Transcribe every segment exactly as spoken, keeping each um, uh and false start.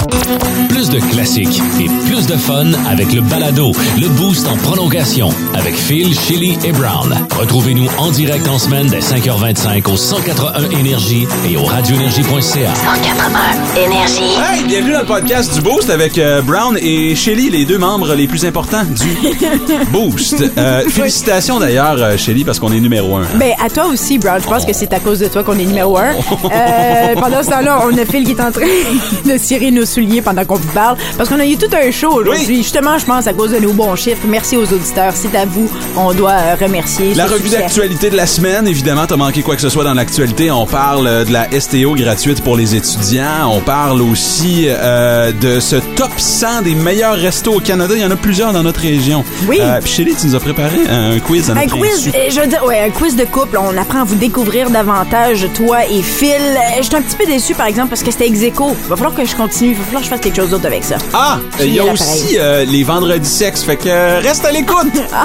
Plus de classiques et plus de fun avec le balado, le Boost en prolongation avec Phil, Chili et Brown. Retrouvez-nous en direct en semaine dès cinq heures vingt-cinq au cent quatre-un Énergie et au radio énergie point c a. cent quatre-un Énergie. Hey, bienvenue dans le podcast du Boost avec euh, Brown et Shelly, les deux membres les plus importants du Boost. Euh, félicitations d'ailleurs, euh, Shelly, parce qu'on est numéro un. Hein? Ben, à toi aussi, Brown. Je pense oh. que c'est à cause de toi qu'on est numéro un. Euh, pendant ce temps-là, on a Phil qui est en train de cirer nos souliers pendant qu'on vous parle. Parce qu'on a eu tout un show aujourd'hui. Oui. Justement, je pense, à cause de nos bons chiffres. Merci aux auditeurs. C'est à vous. On doit euh, remercier. La revue succès. d'actualité de la semaine. Évidemment, t'as manqué quoi que ce soit dans l'actualité. On parle euh, de la S T O gratuite pour les étudiants. On parle aussi euh, de ce top cent des meilleurs restos au Canada. Il y en a plusieurs dans notre région. Oui. Euh, puis Shelly, tu nous as préparé un quiz. À notre un quiz. Euh, je veux dire, ouais, un quiz de couple. On apprend à vous découvrir davantage, toi et Phil. Euh, J'étais un petit peu déçue, par exemple, parce que c'était ex-aequo. Il va falloir que je continue. Il va falloir que je fasse quelque chose d'autre avec ça. Ah! Il y a aussi euh, les vendredis sexe. Fait que euh, reste à l'écoute.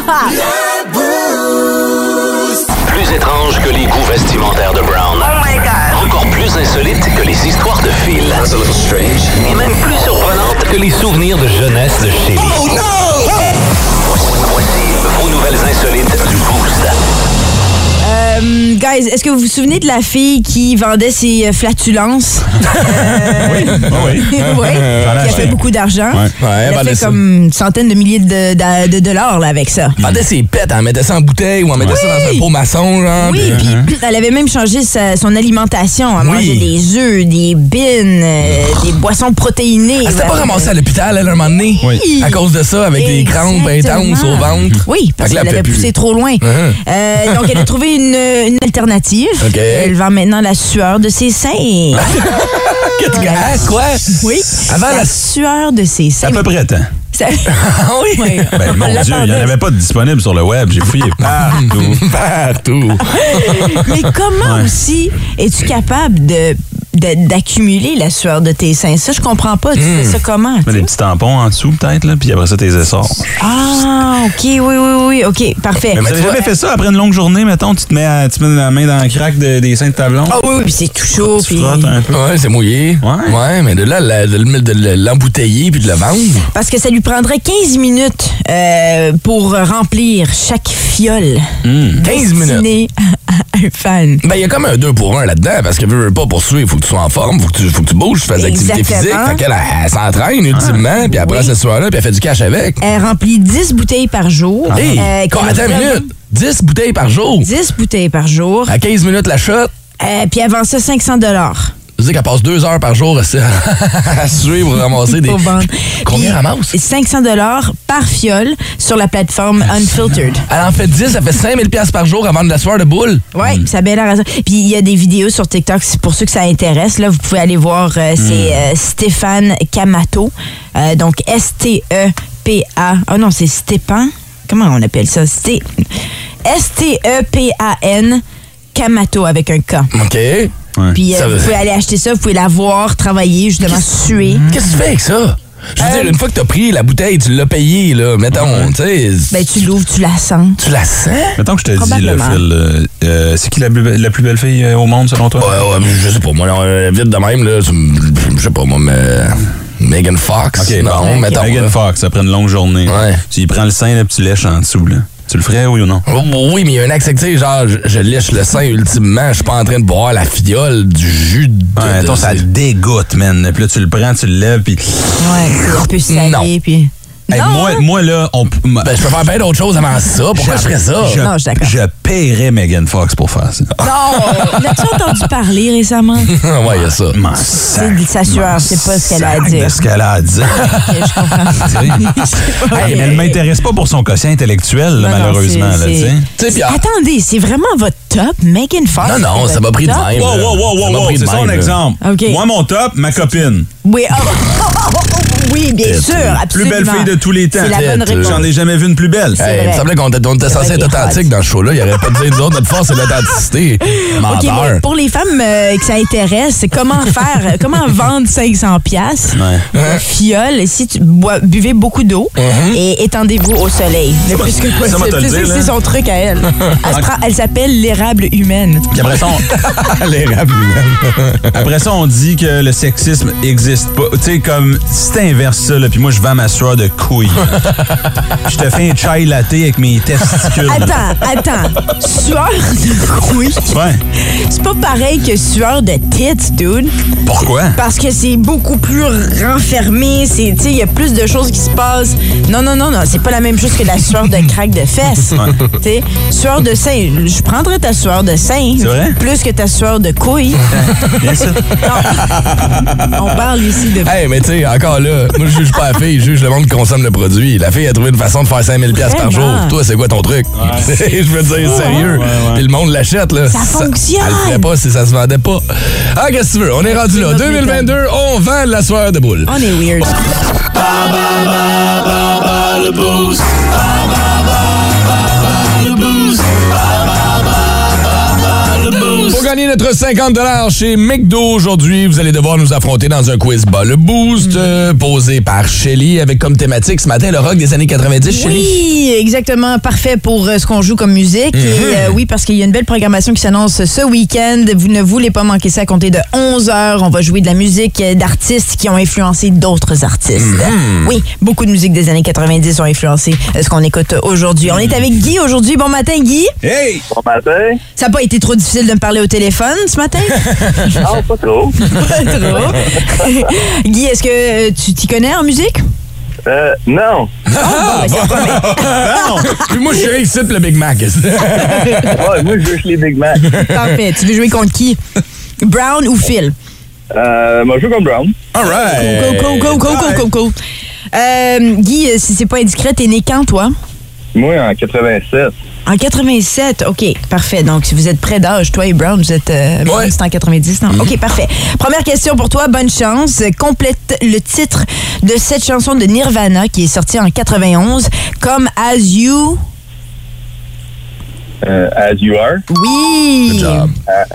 Plus étrange que les goûts vestimentaires de Brown. Oh my God! Encore plus insolite que les histoires de Phil. That's a little strange. Et même plus surprenante que les souvenirs de jeunesse de Shelly. Oh no! Voici, voici vos nouvelles insolites du Boost. Euh, guys, est-ce que vous vous souvenez de la fille qui vendait ses euh, flatulences? euh, oui, oui. oui, qui a fait beaucoup d'argent. Ouais. Ouais, elle a fait comme une centaine de milliers de, de, de dollars là, avec ça. Elle vendait ses pets, elle mettait ça en bouteille ou elle mettait oui. ça dans un pot maçon. Genre, oui, puis uh-huh. elle avait même changé sa, son alimentation. Elle oui. mangeait des œufs, des bines, euh, des boissons protéinées. Elle s'était pas ramassée à l'hôpital elle, un moment donné? Oui. À cause de ça, avec des crampes intenses au ventre. Oui, parce qu'elle avait poussé trop loin. Uh-huh. Euh, donc, elle a trouvé une une alternative. Okay. Elle vend maintenant la sueur de ses seins. Qu'est-ce que ah, quoi? Oui. Avant la, la sueur de ses seins. À peu près temps. Ça... Ah oui? oui. Ben, mon Dieu, il n'y en avait pas de disponible sur le web. J'ai fouillé partout. Partout. Mais comment ouais. aussi es-tu capable de, de, d'accumuler la sueur de tes seins? Ça, je comprends pas. Tu mm. fais ça comment? Tu mets des petits tampons en dessous, peut-être, là, puis après ça, tes essors. Ah, OK, oui, oui, oui. OK, parfait. Mais, mais tu n'avais jamais fait ça après une longue journée, mettons, tu te mets, à, tu mets la main dans le crack de, des seins de ta blonde? Ah oui, oui, puis c'est tout chaud. Tu puis... frottes un peu. Ouais, c'est mouillé. Ouais. Ouais, mais de là, de, de, de l'embouteiller puis de le vendre. Parce que ça lui prendrait quinze minutes euh, pour remplir chaque fiole. Mmh. quinze minutes. À un fan. Ben, il y a comme un deux pour un là-dedans, parce que veux, veux pas poursuivre, il faut que tu sois en forme, il faut que tu, faut que tu bouges, tu fasses de l'activité physique. Fait qu'elle elle, elle s'entraîne ultimement, puis après oui. ce soir-là, puis elle fait du cash avec. Elle remplit dix bouteilles par jour. Ah. Hey, euh, attends une minute. dix bouteilles par jour. dix bouteilles par jour. À quinze minutes la shot. Euh, puis elle vend ça cinq cents dollars. Tu sais qu'elle passe deux heures par jour à suivre pour ramasser des... Combien elle ramasse? cinq cents dollars par fiole sur la plateforme Unfiltered. Elle en fait dix, ça fait cinq mille dollars par jour à vendre de la sueur de boule. Oui, mm. ça a bien l'air à ça. Puis il y a des vidéos sur TikTok, pour ceux que ça intéresse. Là, vous pouvez aller voir, euh, c'est euh, Stéphane Camato. Euh, donc S T E P A... Oh non, c'est Stépan. Comment on appelle ça? C'est S T E P A N Camato avec un K. OK. Ouais. Puis euh, vous pouvez aller acheter ça, vous pouvez la voir travailler, justement, suer. Qu'est-ce que tu fais avec ça? Je veux euh, dire, une fois que t'as pris la bouteille, tu l'as payée, là, mettons, ouais. tu sais... Ben, tu l'ouvres, tu la sens. Tu la sens? Mettons que je te dis, là, Phil, euh, c'est qui la, la plus belle fille au monde, selon toi? Ouais, ouais, mais je sais pas, moi, là, vite de même, là, je sais pas, moi, mais... Megan Fox. OK, non, okay. mettons. Megan Fox, après une longue journée. Ouais. Tu y prends le sein, là, puis tu lèches en dessous, là. Tu le ferais, oui ou non? Oh, oui, mais il y a un accès, tu sais, genre, je, je lèche le sein ultimement, je suis pas en train de boire la fiole du jus de... Ouais, attends, ça dégoûte, man. Puis là, tu le prends, tu le lèves, puis... Ouais, c'est un peu salé, puis... Hey, non, moi, hein? moi, là, on... Ben, je peux faire bien d'autres choses avant ça. Pourquoi je, je ferais ça? Je, non, je suis d'accord. Je paierais Megan Fox pour faire ça. Non! L'as-tu entendu parler récemment? Ouais, il y a ça. C'est de sa sueur, c'est pas ce qu'elle a à dire. C'est ce qu'elle a à dire. OK, je comprends. Hey, mais elle m'intéresse pas pour son quotient intellectuel, là, non, malheureusement. Non, c'est, là, c'est... Pis, attendez, c'est vraiment votre top, Megan Fox? Non, non, ça m'a pris de même. Wow, wow, wow, wow, wow, c'est son exemple. Okay. Moi, mon top, ma copine. Oui, oh, oh, oh, oh, Oui, bien Tête. sûr, absolument. Plus belle fille de tous les temps. C'est la bonne Tête. réponse. J'en ai jamais vu une plus belle. C'est Hey, il me vrai. semblait qu'on était, on était censé vrai être qu'il est authentique hot. dans ce show-là. Il aurait pas dit nous autres, notre force, c'est l'authenticité. OK, Menteur. mais pour les femmes euh, que ça intéresse, c'est comment faire, comment vendre cinq cents piastres Ouais. un fiole si tu bois, buvez beaucoup d'eau et étendez-vous au soleil. Le plus que Ça, moi, te possible. le C'est dire, c'est là. son truc à elle. Elle, se prend- elle s'appelle l'érable humaine. Puis après ça, on, L'érable humaine. après ça, on dit que le sexisme existe pas. Tu sais, comme, si t'inverses ça, là, puis moi, je vends ma sueur de couilles. Je te fais un chai latte avec mes testicules. Attends, attends. Sueur de couilles. Ouais. C'est pas pareil que sueur de tits, dude. Pourquoi? Parce que c'est beaucoup plus renfermé. C'est, tu sais, il y a plus de choses qui se passent. Non, non, non, non. C'est pas la même chose que la sueur de craque de fesses. Tu sais, sueur de sein. Je prendrais ta sueur de sein. C'est vrai? Plus que ta sueur de couilles. Bien ça. On parle ici de... Hey, mais tu sais, encore là, moi, je juge pas la fille, je juge le monde qui consomme le produit. La fille a trouvé une façon de faire cinq mille piastres par jour. Vraiment? Toi, c'est quoi ton truc? Je veux dire, sérieux. Puis le monde l'achète, là. Ça fonctionne. Elle le ferait pas si ça se vendait pas. Ah, qu'est-ce que tu veux? On est rendu là. deux mille vingt-deux, on vend de la sueur de boule. On est weird. Pour gagner notre cinquante dollars chez McDo aujourd'hui, vous allez devoir nous affronter dans un quiz bas le boost euh, posé par Shelly avec comme thématique ce matin le rock des années quatre-vingt-dix. Shelly. Oui, exactement. Parfait pour euh, ce qu'on joue comme musique. Et euh, oui, parce qu'il y a une belle programmation qui s'annonce ce week-end. Vous ne voulez pas manquer ça à compter de onze heures. On va jouer de la musique euh, d'artistes qui ont influencé d'autres artistes. Oui, beaucoup de musique des années quatre-vingt-dix ont influencé euh, ce qu'on écoute aujourd'hui. On est avec Guy aujourd'hui. Bon matin, Guy. Hey! Bon matin. Ça n'a pas été trop difficile de me parler au téléphone ce matin? Non, pas trop. Pas trop. Guy, est-ce que euh, tu t'y connais en musique? Euh, non. Ah, bon. Puis moi, je suis ici pour le Big Mac. Ouais, moi, je veux les Big Mac. Parfait. Tu veux jouer contre qui? Brown ou Phil? Euh, moi, je joue comme Brown. All right. Go, go, go, go, go, go, go. Euh, Guy, euh, si c'est pas indiscret, t'es né quand, toi? Moi, en quatre-vingt-sept. En quatre-vingt-sept, OK, parfait. Donc, si vous êtes près d'âge, toi et Brown, vous êtes... Euh, Brown, Ouais. c'est en quatre-vingt-dix, non? OK, parfait. Première question pour toi, bonne chance. Complète le titre de cette chanson de Nirvana qui est sortie en quatre-vingt-onze, comme As You... Euh, As You Are. Oui! Good job.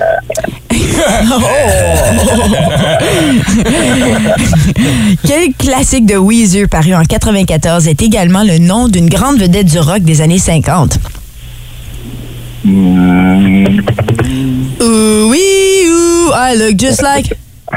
Quel classique de Weezer paru en quatre-vingt-quatorze est également le nom d'une grande vedette du rock des années cinquante? Mm, Ooh, wee, ooh, I look just like...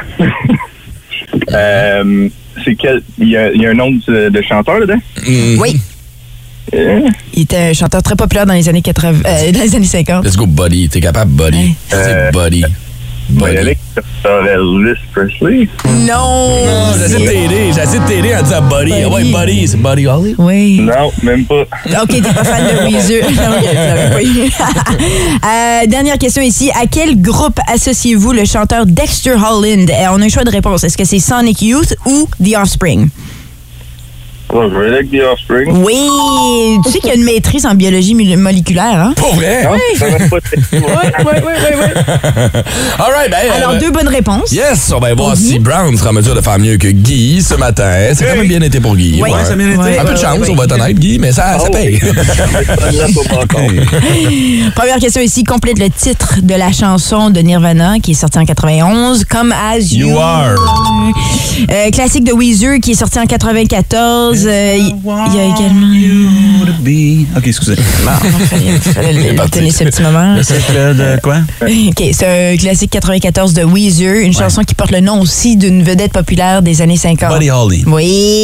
euh, c'est quel... Il y, a, il y a un nom de, de chanteur dedans? Oui. Euh, Il était un chanteur très populaire dans les années quatre-vingts, euh, dans les années cinquante. Let's go, buddy. T'es capable, buddy. Ouais. C'est Euh, buddy. Moi, Buddy. avec Elvis Presley. Non! J'essaie de t'aider. J'essaie de t'aider en disant buddy. Buddy. Ah ouais, buddy. C'est Buddy Holly. Oui. Non, même pas. OK, t'es pas fan de Weezer. OK, je savais pas. Euh, dernière question ici. À quel groupe associez-vous le chanteur Dexter Holland? Euh, on a un choix de réponse. Est-ce que c'est Sonic Youth ou The Offspring? Oh, je vais avec The Offspring. Oui! Tu sais qu'il y a une maîtrise en biologie mo- moléculaire, hein? Pour vrai? Non, ça va pas être- Oui, oui, oui, oui. All right, ben. Alors, euh, deux bonnes réponses. Yes, on va voir Pour si Guy. Brown sera en mesure de faire mieux que Guy ce matin. Ça a quand même bien été pour Guy. Oui. Ouais, ça a bien été. Ouais. Un peu de chance, Ouais, on va être honnête, Guy, mais ça, ça Oh. paye. Ça ne pas encore. Première question ici, complète le titre de la chanson de Nirvana qui est sortie en quatre-vingt-onze, comme As You, You Are. Euh, classique de Weezer qui est sorti en quatre-vingt-quatorze. Euh, Il il y a également... OK, excusez. Il fallait, fallait le- parti. tenir ce petit moment. Le secret de quoi? OK, c'est un classique quatre-vingt-quatorze de Weezer, une chanson qui porte le nom aussi d'une vedette populaire des années cinquante. Buddy Holly. Oui!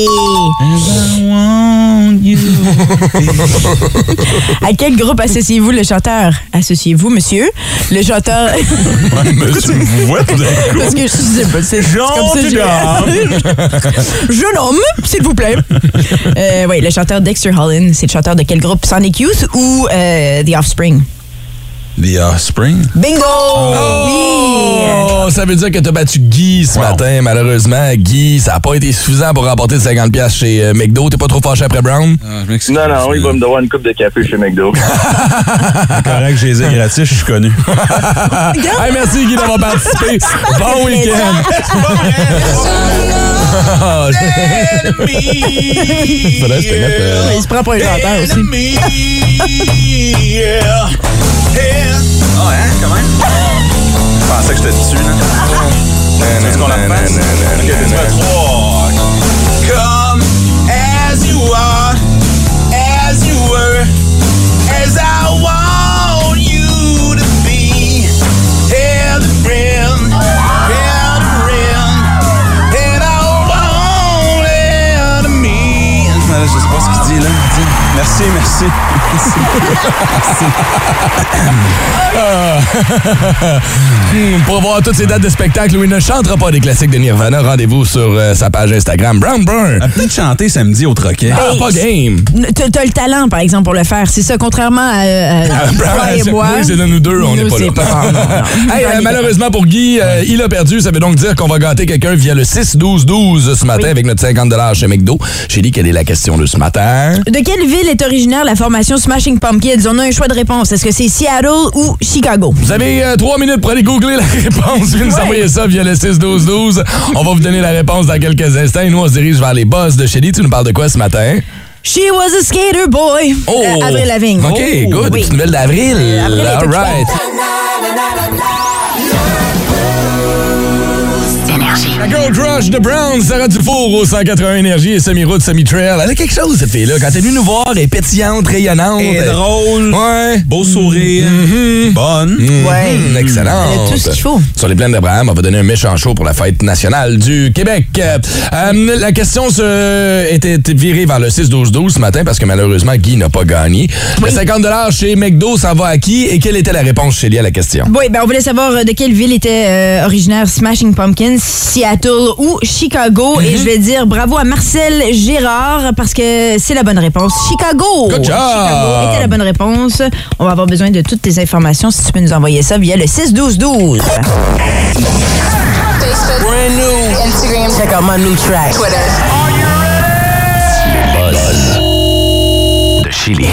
À quel groupe associez-vous le chanteur? Associez-vous, monsieur? Le chanteur... Pourquoi tu me vois tout d'un coup? Parce que je sais pas, c'est c'est comme ça que j'ai- Jeune homme, s'il vous plaît. Euh, oui, le chanteur Dexter Holland, c'est le chanteur de quel groupe? Sonic Youth ou euh, The Offspring? The Offspring? Bingo! Oui! Oh, ça veut dire que t'as battu Guy ce Wow. matin. Malheureusement, Guy, ça n'a pas été suffisant pour remporter cinquante piastres chez euh, McDo. T'es pas trop fâché après Brown? Ah, je m'excuse. Non, non, il va me devoir une coupe de café chez McDo. C'est correct, j'ai les ai gratis, je suis connu. Hey, merci Guy d'avoir participé. Bon week-end. Ah! Faudrait se mettre, euh, Il se prend pour un chanteur aussi. Ah, hein, quand même? Je pensais que j'étais dessus, là. Est-ce qu'on la refasse? Ok, tu fais trois. Come as you are, as you were, as I want you to be. Hear the rim, hear the rim, and I want it to me. Je sais pas ce qu'il dit, là. Il dit, merci, merci. Hmm, pour voir toutes ces dates de spectacle où il ne chantera pas des classiques de Nirvana, rendez-vous sur euh, sa page Instagram Brown Burn. Elle peut peut-être chanter samedi au Troquet. Ah, pas game. T'as t'as le talent, par exemple, pour le faire. C'est ça, contrairement à, à Ah, Brown, toi et c'est- moi. oui, c'est de nous deux, on n'est nous, pas là. c'est pas- non, non, non. Hey, euh, malheureusement pour Guy, euh, il a perdu. Ça veut donc dire qu'on va gâter quelqu'un via le six douze douze ce matin Oui. avec notre cinquante dollars chez McDo. Chélie, quelle est la question de ce matin? De quelle ville est originaire la formation Smashing Pumpkins? On a un choix de réponse. Est-ce que c'est Seattle ou Chicago? Vous avez euh, trois minutes pour aller googler la réponse. Vous nous Ouais. envoyez ça via le six douze douze. On va vous donner la réponse dans quelques instants. Et nous, on se dirige vers les boss de Chélie. Tu nous parles de quoi ce matin? She was a skater boy. Oh! Euh, Avril Lavigne. OK, Oh, good. oui. Petite nouvelle d'Avril. Avril est All occupée. right. La Girl Crush de Brown, Sarah Dufour au cent quatre-vingts Énergie et Semi-Route, Semi-Trail. Elle a quelque chose, cette fille-là. Quand elle est venue nous voir, elle est pétillante, rayonnante. Elle est drôle. Ouais. Beau sourire. Bonne. Ouais. Mmh, excellent. Elle a tout ce qu'il faut. Sur les plaines d'Abraham, on va donner un méchant show pour la fête nationale du Québec. Euh, euh, la question se, était virée vers le six douze douze ce matin parce que malheureusement, Guy n'a pas gagné. Le cinquante dollars chez McDo, ça va à qui? Et quelle était la réponse chez lui à la question? Oui, ben on voulait savoir euh, de quelle ville était euh, originaire Smashing Pumpkins, Seattle ou Chicago. Et je vais dire bravo à Marcel Gérard parce que c'est la bonne réponse. Chicago! Good job! Chicago était la bonne réponse. On va avoir besoin de toutes tes informations si tu peux nous envoyer ça via le six douze douze. Facebook, brand new. Instagram, check out my new track. Twitter. Buzz de Chili.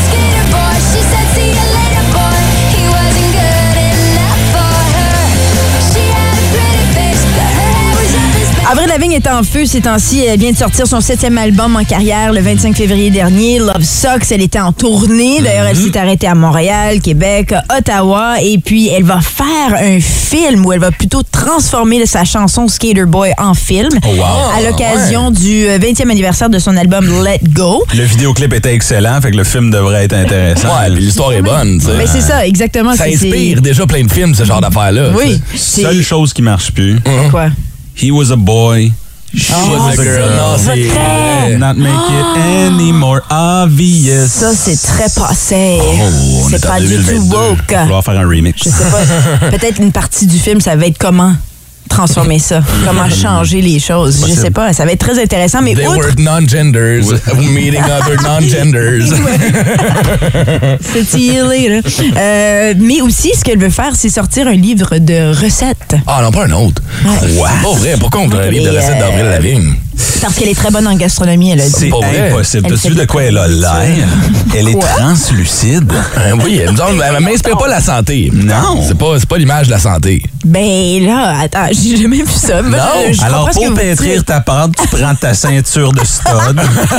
Avril Lavigne est en feu ces temps-ci. Elle vient de sortir son septième album en carrière le vingt-cinq février dernier, Love Sucks. Elle était en tournée. D'ailleurs, elle s'est arrêtée à Montréal, Québec, Ottawa. Et puis, elle va faire un film où elle va plutôt transformer sa chanson Skater Boy en film Oh, wow. à l'occasion du vingtième anniversaire de son album Let Go. Le vidéoclip était excellent, fait que le film devrait être intéressant. Ouais, puis l'histoire est bonne. tu sais. Mais c'est ça, exactement. Ça c'est- c'est- inspire déjà plein de films, ce genre d'affaires-là. Oui. tu sais. Seule chose qui marche plus. Quoi? He was a boy. She Oh, was a girl. Non, c'est vrai. Not make it any more obvious. Ça, c'est très passé. Oh, on c'est est en pas du deux mille tout vingt-deux. woke. Il va falloir faire un remix. Je sais pas. Peut-être une partie du film, ça va être comment transformer ça, comment changer les choses. Je sais pas, ça va être très intéressant, mais They outre were non-genders, meeting other non-genders. c'est see you later. Euh, mais aussi, ce qu'elle veut faire, c'est sortir un livre de recettes. Ah non, pas un autre. Ouais. C'est pas vrai. Pourquoi on voudrait un livre de Et, recettes euh, d'Avril Lavigne? Parce qu'elle est très bonne en gastronomie, elle a dit. C'est pas vrai. impossible. Elle T'as-tu fait vu de des quoi elle a l'air? Elle est Quoi? translucide. Euh, oui, elle, me semble- elle m'inspire pas la santé. Non. C'est pas, c'est pas l'image de la santé. Ben là, attends, j'ai jamais vu ça. Moi, Non. je- je Alors, comprends ce que pour vous pétrir dites. ta pâte, tu prends ta ceinture de stud.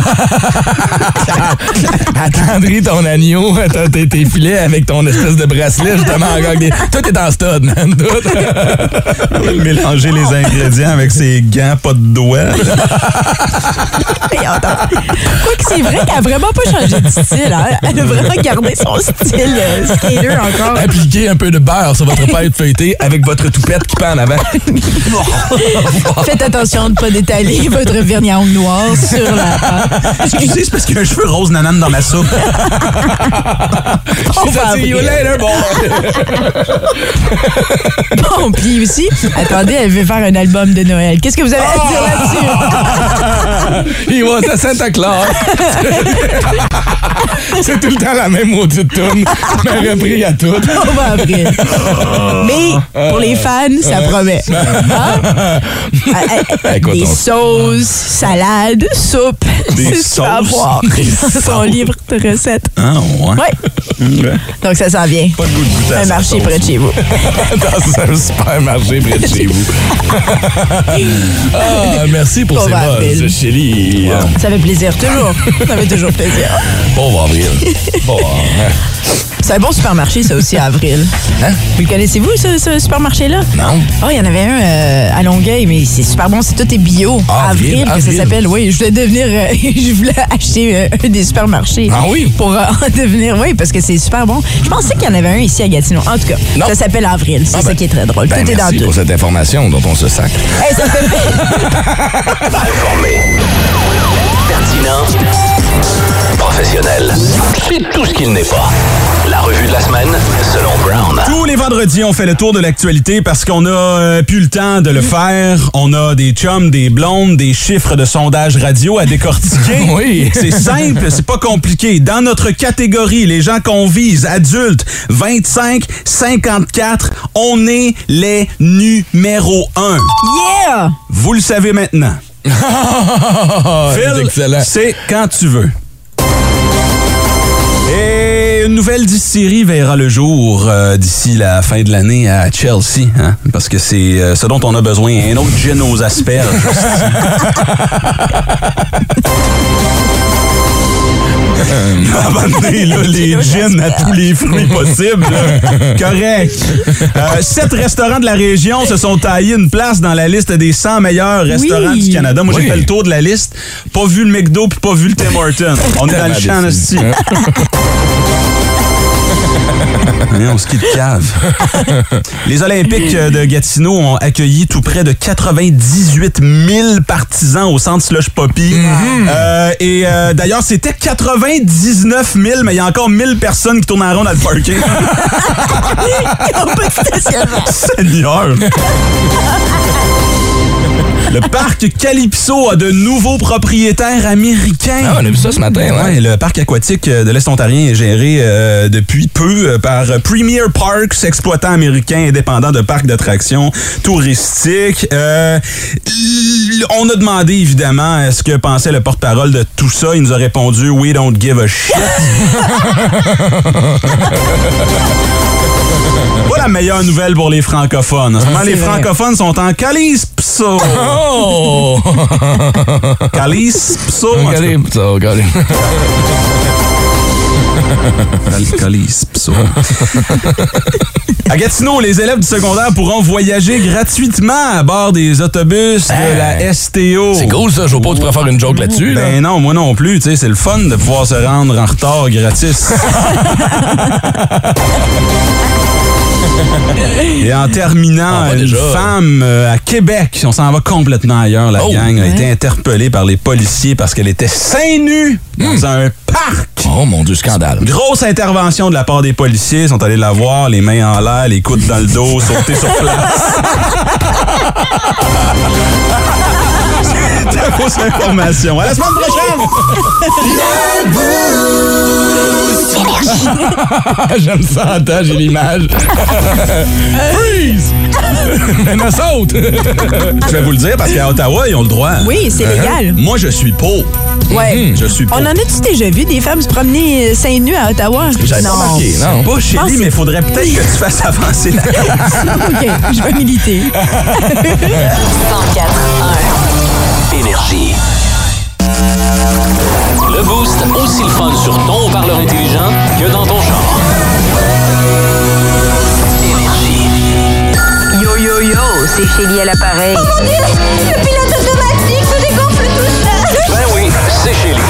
Attendris ton agneau, attends, tes, tes filets avec ton espèce de bracelet, justement, en gag des- Tout est en stud, man. Tout. Mélanger les ingrédients avec ses gants, pas de doigts. Hey, attends. Quoique c'est vrai qu'elle a vraiment pas changé de style. Hein? Elle a vraiment gardé son style euh, skater encore. Appliquez un peu de beurre sur votre pâte feuilletée avec votre toupette qui pend en avant. Faites attention de ne pas détailler votre vernis à ongles noir sur la pâte. Excusez, c'est parce qu'il y a un cheveu rose nanane dans ma soupe. On va See you après. later, bon. Bon, puis aussi, attendez, elle veut faire un album de Noël. Qu'est-ce que vous avez à dire là-dessus? He was a Santa Claus. C'est tout le temps la même maudite toune, mais repris à tout. On va après. Mais pour les fans, ça promet. Hein? Écoute, Des on- sauces, salades, soupe. Des C'est ce qu'on va sauces, voir des dans son sauces. livre de recettes. Ah, ouais. Ouais. Donc ça s'en vient. Pas de goût de goûter à Un sa marché sauce. près de chez vous. Dans un supermarché près de chez vous. Ah, merci pour Bon, ces ben, buzz, Bill. Chélie. Ça fait plaisir, toujours. Ça fait toujours plaisir. Bon avril. Bon, hein. C'est un bon supermarché, ça aussi, à Avril. Hein? Vous le connaissez-vous, ce, ce supermarché-là? Non. Oh, il y en avait un euh, à Longueuil, mais c'est super bon. C'est tout est bio. Ah, Avril, Avril, que ça Avril. s'appelle. Oui, je voulais devenir... euh, je voulais acheter euh, un des supermarchés. Ah oui? Pour euh, en devenir... Oui, parce que c'est super bon. Je pensais qu'il y en avait un ici à Gatineau. En tout cas, Non. ça s'appelle Avril. C'est Ah, ça ben, qui est très drôle. Ben, tout est dans merci tout. pour cette information dont on se sac. Hey, ça fait... Informé. Pertinent. Professionnel. C'est tout ce qu'il n'est pas. La revue de la semaine, selon Brown. Tous les vendredis, on fait le tour de l'actualité parce qu'on a euh, plus le temps de le faire. On a des chums, des blondes, des chiffres de sondage radio à décortiquer. Oui. C'est simple, c'est pas compliqué. Dans notre catégorie, les gens qu'on vise, adultes, vingt-cinq à cinquante-quatre, on est les numéro un. Yeah! Vous le savez maintenant. C'est Phil, excellent. c'est quand tu veux. Et une nouvelle distillerie verra le jour euh, d'ici la fin de l'année à Chelsea, hein, parce que c'est euh, ce dont on a besoin. Un autre gin aux asperges. À un moment donné, là, les gins à tous les fruits possibles. là. Correct. Euh, sept restaurants de la région se sont taillés une place dans la liste des cent meilleurs restaurants Oui. du Canada. Moi, j'ai Oui. fait le tour de la liste. Pas vu le McDo puis pas vu le Tim Hortons. On est dans le Tellement champ, déçu. esti. On ski de cave. Les Olympiques de Gatineau ont accueilli tout près de quatre-vingt-dix-huit mille partisans au centre Slush Poppy. Euh, et euh, d'ailleurs, c'était quatre-vingt-dix-neuf mille, mais il y a encore mille personnes qui tournent en rond dans le parking. Ils ont pas de stationnement. Seigneur! Le parc Calypso a de nouveaux propriétaires américains. Ah, on a vu ça ce matin, ouais. Ouais, le parc aquatique de l'Est ontarien est géré euh, depuis peu euh, par Premier Parks, exploitant américain indépendant de parcs d'attractions touristiques. Euh, l- on a demandé évidemment ce que pensait le porte-parole de tout ça. Il nous a répondu « We don't give a shit ». Pas la meilleure nouvelle pour les francophones. En ce moment, les vrai. francophones sont en calypso. Oh! Calypso. en tout cas. Regardez ça, regardez. Cal- Calypso. À Gatineau, les élèves du secondaire pourront voyager gratuitement à bord des autobus de la S T O. C'est cool, ça. Je vois pas que tu pourrais faire une joke là-dessus. Là. Ben non, moi non plus. Tu sais, c'est le fun de pouvoir se rendre en retard gratis. Et en terminant, Ah, bah, une déjà. femme euh, à Québec, on s'en va complètement ailleurs, la Oh, gang, a ouais. été interpellée par les policiers parce qu'elle était seins nus dans un parc. Oh mon Dieu, scandale. Grosse intervention de la part des policiers. Ils sont allés la voir, les mains en l'air, les coudes dans le dos, sauter sur place. C'était fausse information. À la semaine prochaine! J'aime ça, attends, j'ai l'image. Freeze! Mais ne saute! Je vais vous le dire parce qu'à Ottawa, ils ont le droit. Oui, c'est légal. Moi, je suis pauvre. Ouais. Je suis On pauvre. en a-tu déjà vu des femmes se promener euh, seins nus à Ottawa? J'avais pas remarqué, non. Pas chez pense lui, que- mais il faudrait peut-être que tu fasses avancer la OK, je vais militer. cent quatre un. Énergie. Le Boost, aussi le fun sur ton haut-parleur intelligent que dans ton char. Énergie. Yo, yo, yo, c'est Chélie à l'appareil. Le pilote automatique se dégonfle tout seul. Ben oui, c'est chez lui.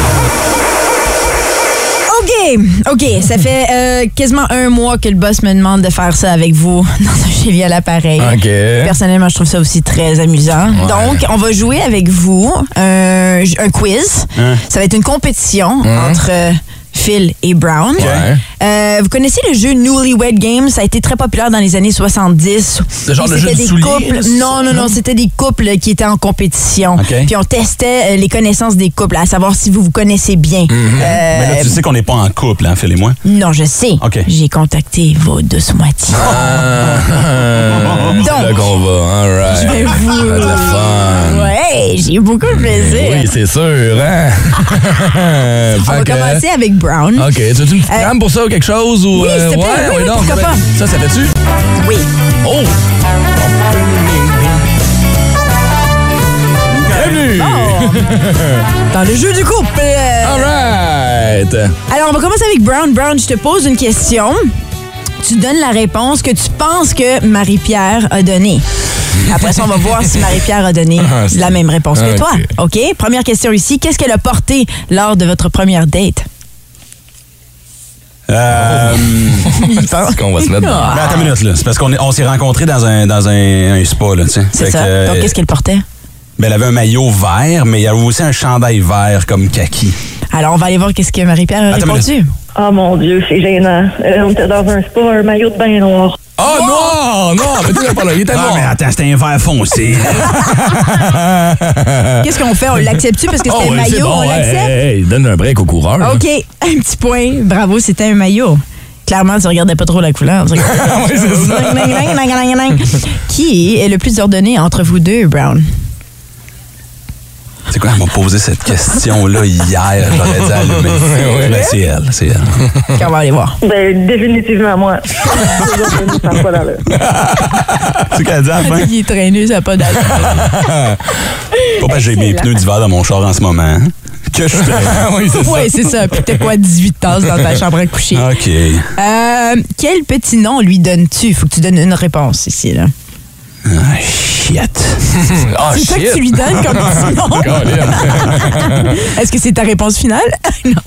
OK, OK, ça fait euh, quasiment un mois que le boss me demande de faire ça avec vous dans un Chélie à l'appareil. OK. Personnellement, je trouve ça aussi très amusant. Donc, on va jouer avec vous un, un quiz. Hein? Ça va être une compétition entre euh, Phil et Brown. Ouais. Euh, vous connaissez le jeu Newlywed Games? Ça a été très populaire dans les années soixante-dix. Le genre Et de jeu c'était de des souliers, couples. là, c'est Non, ça? non, non, c'était des couples qui étaient en compétition. OK. Puis on testait euh, les connaissances des couples, à savoir si vous vous connaissez bien. Euh, Mais là, tu sais qu'on n'est pas en couple, hein, Phil et moi. non, je sais. OK. J'ai contacté vos douces moitiés. Ah, c'est là qu'on va. All right. Je vais vous... Ça va être le fun. Ouais, j'ai beaucoup de plaisir. Oui, c'est sûr, hein? On va Fait que- commencer avec Brown. OK. Tu as une petite Euh, crème pour ça ou quelque chose? Ou, oui, s'il te plaît. ouais, Oui, ouais, oui, donc, pourquoi ben, pas? Ça, ça fait-tu? Oui. Oh! Bienvenue! Dans le jeu du couple. All right! Alors, on va commencer avec Brown. Brown, je te pose une question. Tu donnes la réponse que tu penses que Marie-Pierre a donnée. Après ça, on va voir si Marie-Pierre a donné Ah, c'est- la même réponse que OK. toi. OK? Première question ici. Qu'est-ce qu'elle a porté lors de votre première date? Euh, Est-ce qu'on va se mettre dans... mais attends une minute, là. C'est parce qu'on est- on s'est rencontrés dans un, dans un, un spa, là, tu sais. C'est Fait ça. que, euh, Donc, qu'est-ce qu'elle portait? ben, elle avait un maillot vert, mais il y avait aussi un chandail vert comme kaki. Alors, on va aller voir qu'est-ce que Marie-Pierre a Attends une répondu. Oh mon Dieu, c'est gênant. Euh, on était dans un spa, un maillot de bain noir. Oh non! Non! Mais tu l'as pas là. Il était Ah, noir. mais attends, c'était un vert foncé. Qu'est-ce qu'on fait? On l'accepte-tu parce que Oh, c'était un ouais, c'est maillot? bon, On ouais, l'accepte? hey, hey, donne un break au coureur. là. OK. Un petit point. Bravo, c'était un maillot. Clairement, tu regardais pas trop la couleur. Tu regardais- Oui, c'est ça. Ding, ding, ding, ding, ding, ding. Qui est le plus ordonné entre vous deux, Brown? C'est quoi, elle m'a posé cette question-là hier. J'aurais dû allumer. Ben, c'est elle, c'est elle. On va aller voir. Ben, définitivement moi. Les autres, nous, ça n'a pas d'allure. C'est ce qu'elle dit à la fin. Il est traîné, ça n'a pas d'allure. Pas parce que j'ai mes pneus d'hiver dans mon char en ce moment. hein, Que je suis Oui, c'est ça. Oui, c'est ça. Puis t'as quoi, dix-huit tasses dans ta chambre à coucher? OK. Euh, quel petit nom lui donnes-tu? Faut que tu donnes une réponse ici, là. Ah, shit. Ah, C'est ça que shit. tu lui donnes comme petit nom? Colin. Est-ce que c'est ta réponse finale? Non.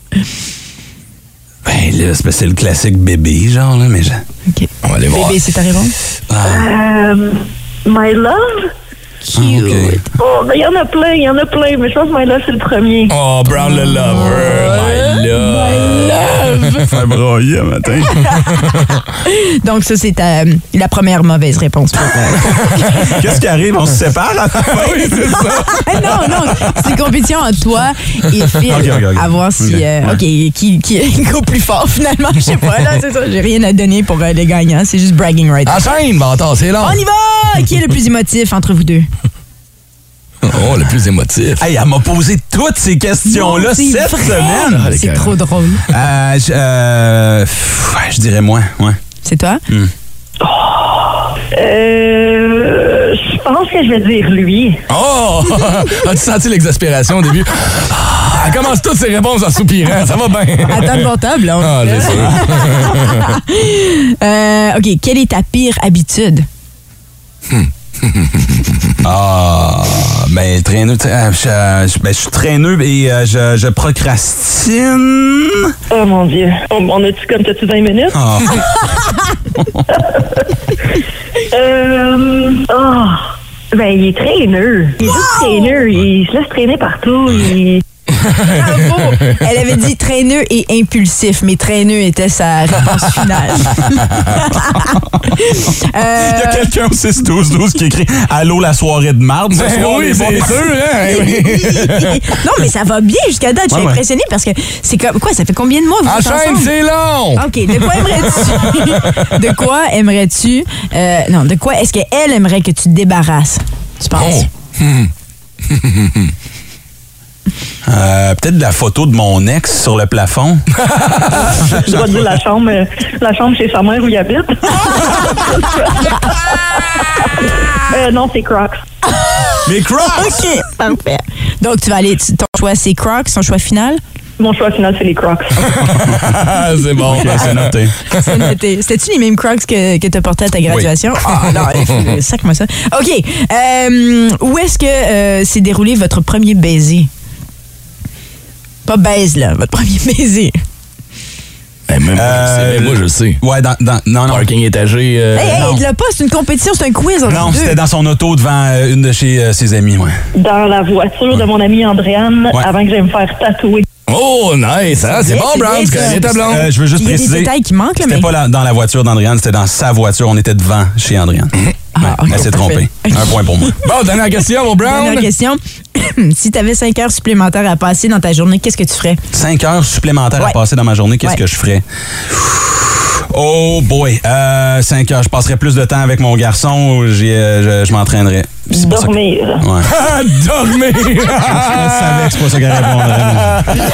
Ben là, c'est parce que c'est le classique bébé, genre, là, mais je... OK. On va aller voir. Bébé, c'est ta réponse? Euh, my love? Ah, OK. Oh, ben, il y en a plein, il y en a plein, mais je pense que my love, c'est le premier. Oh, Brown le lover. My love. Ça broyait matin. Donc, ça, c'est ta- la première mauvaise réponse. pour toi. Qu'est-ce qui arrive? On se sépare à la fin? Oui, c'est ça. Ah non, non, c'est une compétition entre toi et Phil. Ok, ok, ok. À voir si. Ok, euh, ouais. OK, qui, qui go plus fort finalement. Je sais pas, là, c'est ça. J'ai rien à donner pour euh, les gagnants. C'est juste bragging right. Enchaîne, bâtard, c'est long. On y va! Qui est le plus émotif entre vous deux? Oh, le plus émotif. Hey, elle m'a posé toutes ces questions-là Non, c'est cette vrai. semaine. Ah, les C'est gars. trop drôle. Euh, je, euh, pff, ouais, je dirais moi, ouais. C'est toi? Euh, je pense que je vais dire lui. Oh! As-tu senti l'exaspération au début? Ah, elle commence toutes ses réponses en soupirant. Ça va bien. Attends le table, là. on Ah, le c'est fait. sûr. Euh, OK, quelle est ta pire habitude? Ah, ben, traîneux, tu sais, euh, je, euh, je- ben, je suis traîneux et euh, je, je procrastine. Oh mon Dieu. On, on a-tu comme t'as-tu vingt minutes? Ah. Euh. Oh. Ben, il est traîneux. Il est juste traîneux. Il se laisse traîner partout. Il... Bravo! Elle avait dit traîneux et impulsif, mais traîneux était sa réponse finale. Euh, Il y a quelqu'un au six douze douze qui écrit « Allô, la soirée de marde ce Ben soir, oui, les c'est boys. sûr, hein? non, mais ça va bien jusqu'à date. Je suis Ouais, ouais. impressionnée parce que c'est comme. Quoi, ça fait combien de mois vous êtes Enchaîne, ensemble? c'est long! OK, de quoi aimerais-tu? de quoi aimerais-tu? euh, non, de quoi est-ce qu'elle aimerait que tu te débarrasses? Tu penses? Oh. Euh, Peut-être de la photo de mon ex sur le plafond. Je dois dire la chambre, euh, la chambre chez sa mère où il habite. euh, non, c'est Crocs. Mes Crocs! OK, parfait. Donc, tu vas aller. tu- Ton choix, c'est Crocs, son choix final? Mon choix final, c'est les Crocs. Ah, c'est bon. OK, c'est noté. C'est noté. C'était-tu les mêmes Crocs que, que tu as portés à ta graduation? Ah, non, sac-moi ça. OK. Euh, où est-ce que euh, s'est déroulé votre premier baiser? Pas baise, là. Votre premier baiser. Ben, même, Euh, c'est- mais moi, je sais. Ouais, dans, dans, non, non. Parking étagé. euh, Hey, hey, non. dis-le pas, c'est une compétition, c'est un quiz. entre Non, vous deux. c'était dans son auto devant euh, une de chez euh, ses amis, ouais. Dans la voiture de mon ami Andréane, Ouais. avant que j'aille me faire tatouer. Oh, Oh, nice, hein? C'est bien, bon, c'est Brown, bien, tu ça. connais ta blonde. Euh, je veux juste Il y a des préciser. détails qui manquent, là, C'était mais- pas la- dans la voiture d'Andréane, c'était dans sa voiture. On était devant chez Andréane. Ah, ok, Elle s'est trompée. parfait. Un point pour moi. Bon, dernière question, mon Brown. Dernière question. Si tu avais cinq heures supplémentaires à passer dans ta journée, qu'est-ce que tu ferais? Cinq heures supplémentaires Ouais. à passer dans ma journée, qu'est-ce Ouais. que je ferais? Oh boy, euh, cinq heures. Je passerais plus de temps avec mon garçon. J'y, euh, je je m'entraînerais. C'est pour ça que- Dormir. Ouais. Ah, dormir! Je savais que c'est pas ça qu'elle répondrait.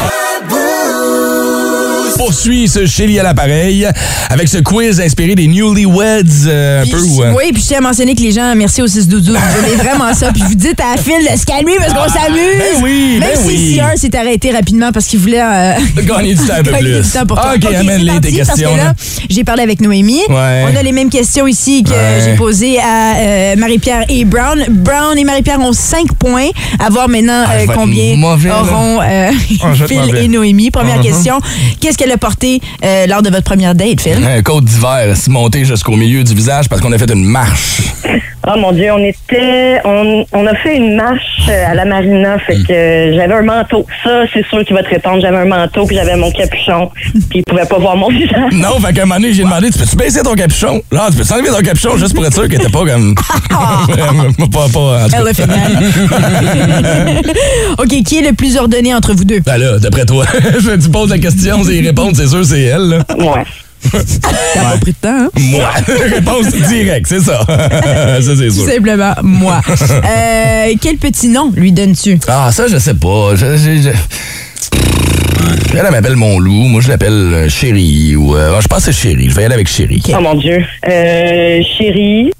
Poursuit ce Shelly à l'appareil avec ce quiz inspiré des Newlyweds euh, un Puis, peu. ou, euh, Oui, puis je tiens à mentionner que les gens, merci au six douze douze, vous aimez vraiment ça. Puis vous dites à la file de se calmer parce qu'on s'amuse. ben oui, Même ben si oui. si un s'est arrêté rapidement parce qu'il voulait euh, Gagner du temps un peu gagner plus. du temps pour toi. Ah, OK, Ok, amène-les c'est tes parti, parce questions. que là, là. j'ai parlé avec Noémie. Ouais. On a les mêmes questions ici que Ouais. j'ai posées à euh, Marie-Pierre et Brown. Brown et Marie-Pierre ont cinq points. À voir maintenant Ah, je euh, vais être combien mauvais, là. auront euh, Ah, je vais être Phil mauvais. et Noémie. Première Uh-huh. question. Qu'est-ce qu'elle a porté euh, lors de votre première date, Phil? Un côte d'hiver, c'est monté jusqu'au milieu du visage parce qu'on a fait une marche. Oh mon Dieu, on était, on, on a fait une marche euh, à la marina, fait que euh, j'avais un manteau. Ça, c'est sûr qu'il va te répondre. J'avais un manteau, puis j'avais mon capuchon, puis il pouvait pas voir mon visage. Non, fait qu'à un moment donné, j'ai demandé, tu peux-tu baisser ton capuchon? Là, tu peux-tu enlever ton capuchon juste pour être sûr qu'il était pas comme... pas, pas, en tout cas. Elephant Man. OK, qui est le plus ordonné entre vous deux? Ben là, d'après toi, tu poses la question, c'est y répondre, c'est sûr, c'est elle, là. Ouais. T'as pas pris de temps, hein? Moi. Réponse directe, c'est ça. Ça, c'est Tout sûr. simplement, moi. Euh, quel petit nom lui donnes-tu? Ah, ça, je sais pas. Je, je, je... Elle, elle m'appelle mon loup. Moi, je l'appelle euh, Chéri. Ou, euh, je pense que c'est Chéri. Je vais y aller avec Chéri. Oh mon Dieu. Euh, chérie.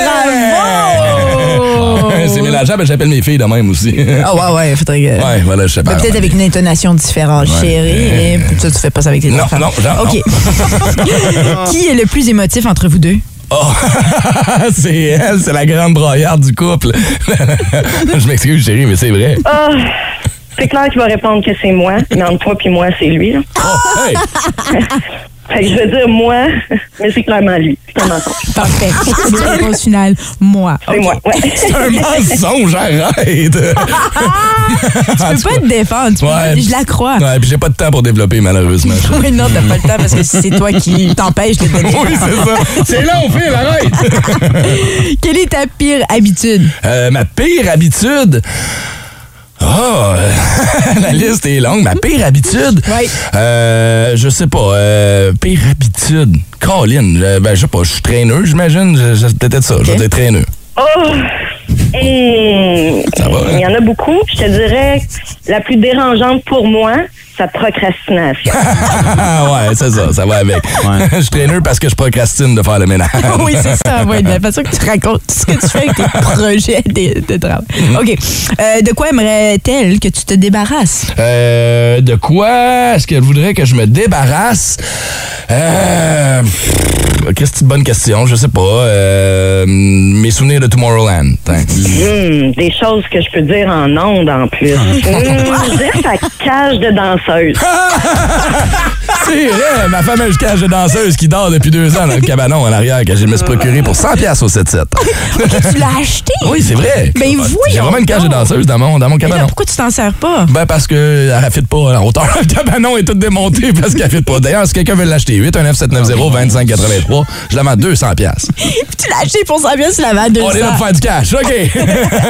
Bravo! C'est mélangeable, mais j'appelle mes filles de même aussi. Ah ouais, ouais, faudrait que... Ouais, voilà, je sais pas. Mais peut-être avec une intonation différente, Ouais. chérie. Et ça, tu fais pas ça avec tes Non, enfants. non, genre, OK. Qui est le plus émotif entre vous deux? Oh, c'est elle, c'est la grande broyarde du couple. Je m'excuse, chérie, mais c'est vrai. Ah, c'est clair qu'il va répondre que c'est moi, mais entre toi puis moi, c'est lui. Là. Oh, hey! Fait que je vais dire moi, mais c'est clairement lui. C'est un mensonge. Parfait. C'est la réponse finale. Moi. C'est OK. moi, ouais. C'est un mensonge, arrête! Tu peux pas te défendre. Tu peux pas- Ouais. Je la crois. Ouais, puis j'ai pas de temps pour développer, malheureusement. Oui, non, t'as pas le temps parce que c'est toi qui t'empêche de te donner. Oui, c'est ça. C'est long, Phil, arrête! Quelle est ta pire habitude? Euh, ma pire habitude... Oh, la liste est longue. Ma pire habitude? Oui. Euh, je sais pas. Euh, pire habitude? Colin, euh, ben, je sais pas, je suis traîneux, j'imagine. Je- je- Peut-être ça, je vais dire traîneux. Oh! Hum, Ça va, hein? il y en a beaucoup. Je te dirais que la plus dérangeante pour moi, sa procrastination. Ah ouais, c'est ça, ça va avec. Je suis traîneux parce que je procrastine de faire le ménage. Oui, c'est ça. Oui, de la façon que tu racontes tout ce que tu fais avec tes projets de, de travail. OK. Euh, de quoi aimerait-elle que tu te débarrasses? Euh, de quoi est-ce qu'elle voudrait que je me débarrasse? Euh, pff, qu'est-ce que c'est une bonne question, je sais pas. Euh, mes souvenirs de Tomorrowland. Tiens. Hum, des choses que je peux dire en ondes en plus. Hum, je dirais sa cage de danseuse. C'est vrai, ma fameuse cage de danseuse qui dort depuis deux ans dans le cabanon en arrière que je me suis procuré pour cent piastres au sept sept. Tu l'as acheté? Oui, c'est vrai. Ben J'ai voyons vraiment une cage de donc. danseuse dans mon, dans mon Mais là, cabanon. pourquoi tu t'en sers pas? Ben parce que elle fit pas en hauteur. Le cabanon est tout démonté parce qu'elle fit pas. D'ailleurs, si quelqu'un veut l'acheter, huit un neuf sept neuf zéro deux cinq huit trois, je la vends deux cents piastres. Puis tu l'as acheté pour cent piastres, tu l'avais à deux cents. On est là pour faire du cash, OK.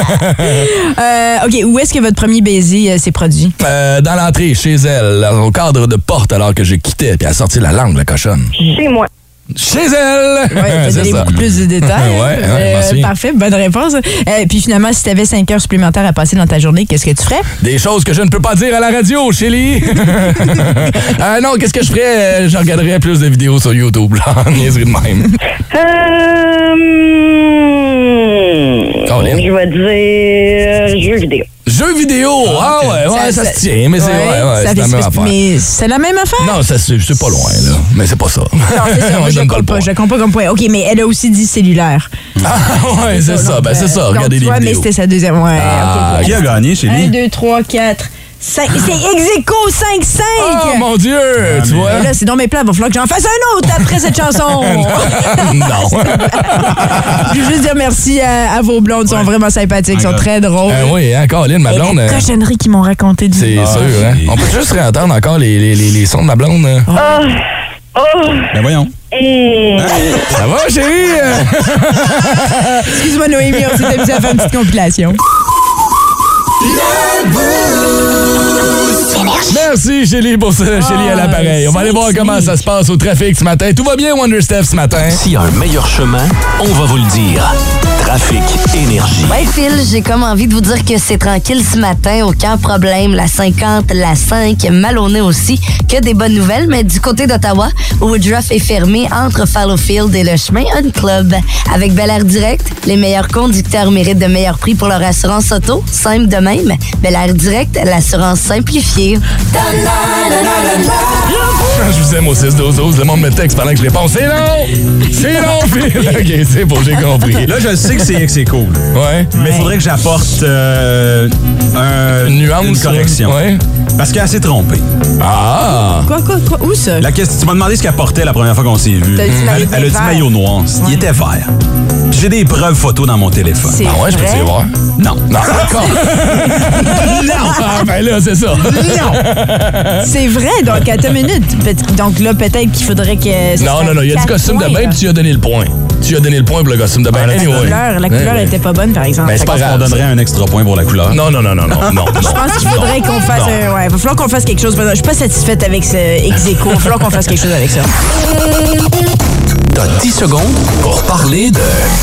Euh, OK, où est-ce que votre premier baiser euh, s'est produit? Euh, dans l'entrée, chez elle, au cadre de porte alors que je quittais, puis elle a sorti la langue, la cochonne. Chez moi. Chez elle! Oui, tu C'est donné ça. beaucoup plus de détails. Ouais, ouais, Euh, merci. parfait, bonne réponse. Euh, puis finalement, si tu avais cinq heures supplémentaires à passer dans ta journée, qu'est-ce que tu ferais? Des choses que je ne peux pas dire à la radio, Shelly. euh, non, qu'est-ce que je ferais? Je regarderais plus de vidéos sur YouTube, genre, niaiserie de même. Euh, Colin. je vais dire jeux vidéo. Jeux vidéo! Ah ouais, ouais, ça, se tient, mais c'est ouais, ouais, ouais, ça c'est la fait- même affaire. Mais c'est la même affaire? Non, ça, c'est c'est pas loin, là. Mais c'est pas ça. Non, c'est ça. On Moi, je donne ne pas le compte pas. point. Je compte pas comme point. OK, mais elle a aussi dit cellulaire. Ah ouais, c'est ça. Ben, c'est ça. Donc, Regardez tu les vois, mais vidéos. c'était sa deuxième. Ouais, Ah, OK. Qui a gagné chez un, lui? deux, trois, quatre, C'est ex-aequo cinq cinq. Oh mon Dieu, ah, tu vois. Là, c'est dans mes plans. Il va falloir que j'en fasse un autre après cette chanson. Non. Je veux juste dire merci à, à vos blondes. Ils sont ouais. vraiment sympathiques. Ils sont très drôles. Euh, oui, hein, Caroline, ma blonde. Les cochonneries qu'ils m'ont racontées du C'est ah, sûr, hein. On peut juste réentendre encore les, les, les, les sons de ma blonde. Hein. Oh. Oh. Ben voyons. Et... Ça va, chérie? Excuse-moi, Noémie, on s'est amusé à faire une petite compilation. Merci, Chélie, pour ça. Oh, Chélie à l'appareil. On va aller voir comment ça se passe au trafic ce matin. Tout va bien, Wonder Steph, ce matin? S'il y a un meilleur chemin, on va vous le dire. Trafic Énergie. Ouais, Phil, j'ai comme envie de vous dire que c'est tranquille ce matin. Aucun problème. La cinquante, la cinq, mal au nez aussi. Que des bonnes nouvelles. Mais du côté d'Ottawa, Woodruff est fermé entre Fallowfield et le chemin Un Club. Avec Bel Air Direct, les meilleurs conducteurs méritent de meilleurs prix pour leur assurance auto. Simple de même. Bel Air Direct, l'assurance simplifiée. Je vous aime au six douze douze. Le monde me texte pendant que je réponds. C'est long! C'est long, Phil! OK, c'est bon, j'ai compris. Là, je sais que c'est, que c'est cool. Ouais. Mais il faudrait que j'apporte euh, un, une nuance, une correction. Ouais. Parce qu'elle s'est trompée. Ah! Quoi, quoi, quoi? Où ça? La question, tu m'as demandé ce qu'elle portait la première fois qu'on s'est vu. Elle, elle, elle a dit maillot noir. Ouais. Il était vert. Puis j'ai des preuves photos dans mon téléphone. C'est ah ouais, je peux les voir? Non. Non, d'accord. Non! Ah, ben là, c'est ça. Non! C'est vrai, donc à deux minutes. Donc là, peut-être qu'il faudrait que... Non, non, non, il y a du costume de bain, puis tu as donné le point. Tu as donné le point pour le costume de bain. Ah, anyway. La couleur, la couleur ouais, était pas bonne, par exemple. Ben, c'est pas grave. On donnerait un extra point pour la couleur. Non, non, non, non, non, non. Je pense qu'il faudrait qu'on fasse... Un, ouais, il va falloir qu'on fasse quelque chose. Je suis pas satisfaite avec ce ex-aequo. Il va falloir qu'on fasse quelque chose avec ça. T'as dix secondes pour parler de...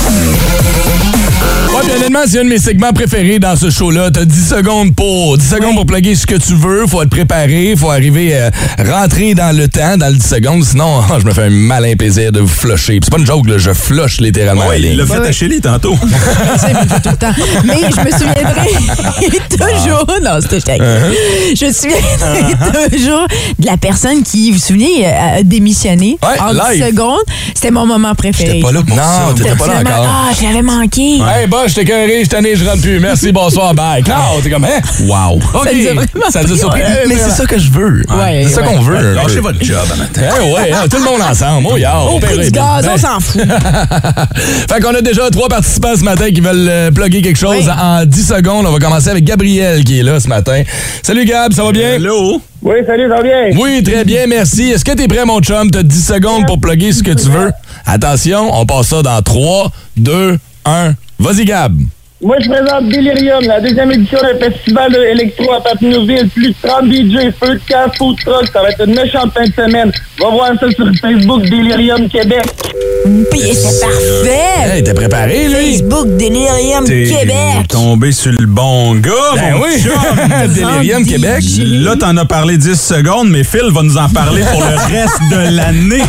Ouais, bien honnêtement, c'est un de mes segments préférés dans ce show-là. T'as dix secondes pour dix secondes pour plugger ce que tu veux. Faut être préparé. Faut arriver à rentrer dans le temps, dans le dix secondes. Sinon, je me fais un malin plaisir de vous flusher. C'est pas une joke, là. Je flush littéralement. Oui, il l'a fait ouais. à Chélie tantôt. Ça, il me fait tout le temps. Mais je me souviendrai toujours... Non, c'était chèque. Uh-huh. Je me souviendrai uh-huh. toujours de la personne qui, vous vous souvenez, a démissionné ouais, en live. dix secondes. C'était mon moment préféré. J'étais pas là pour non, ça. Non, t'étais pas là encore. Ah, je l'avais manqué. Ouais. Hey, bah, je t'ai carré, je t'en ai, je rentre plus. Merci, bonsoir, bye. Claude, t'es comme, hein? Wow. OK. Ça nous a surpris. Ouais, mais c'est ça que je veux. Ouais, c'est ça ouais. qu'on veut. Lâchez votre job à matin. Hey, ouais, hein, tout le monde ensemble. Oh, yeah, Au prix du gaz, on s'en fout. Fait qu'on a déjà trois participants ce matin qui veulent euh, plugger quelque chose oui. en dix secondes. On va commencer avec Gabriel qui est là ce matin. Salut, Gab, ça va bien? Hello. Oui, salut, ça va bien? Oui, très bien, merci. Est-ce que t'es prêt, mon chum? T'as dix secondes pour plugger ce que tu veux. Attention, on passe ça dans trois, deux, un. Vas-y, Gab. Moi, je présente Delirium, la deuxième édition d'un festival électro à Papineauville. Plus de trente D J, feu de camp, food truck. Ça va être une méchante fin de semaine. Va voir ça sur Facebook, Delirium Québec. Puis c'est parfait. Hey, t'es préparé, lui? Facebook, Delirium T'es Québec. tombé sur le bon gars, ben mon oui. chum. Delirium Québec. Là, t'en as parlé dix secondes, mais Phil va nous en parler pour le reste de l'année.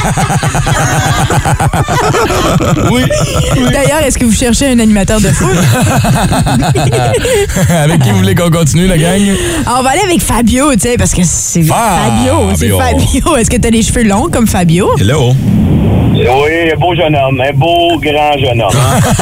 Oui. oui. D'ailleurs, est-ce que vous cherchez un animateur de foot? Avec qui vous voulez qu'on continue, la gang? On va aller avec Fabio, tu sais, parce que c'est ah, Fabio. C'est Fabio. Fabio. Est-ce que t'as les cheveux longs comme Fabio? Hello. Oui, un beau jeune homme, un beau grand jeune homme.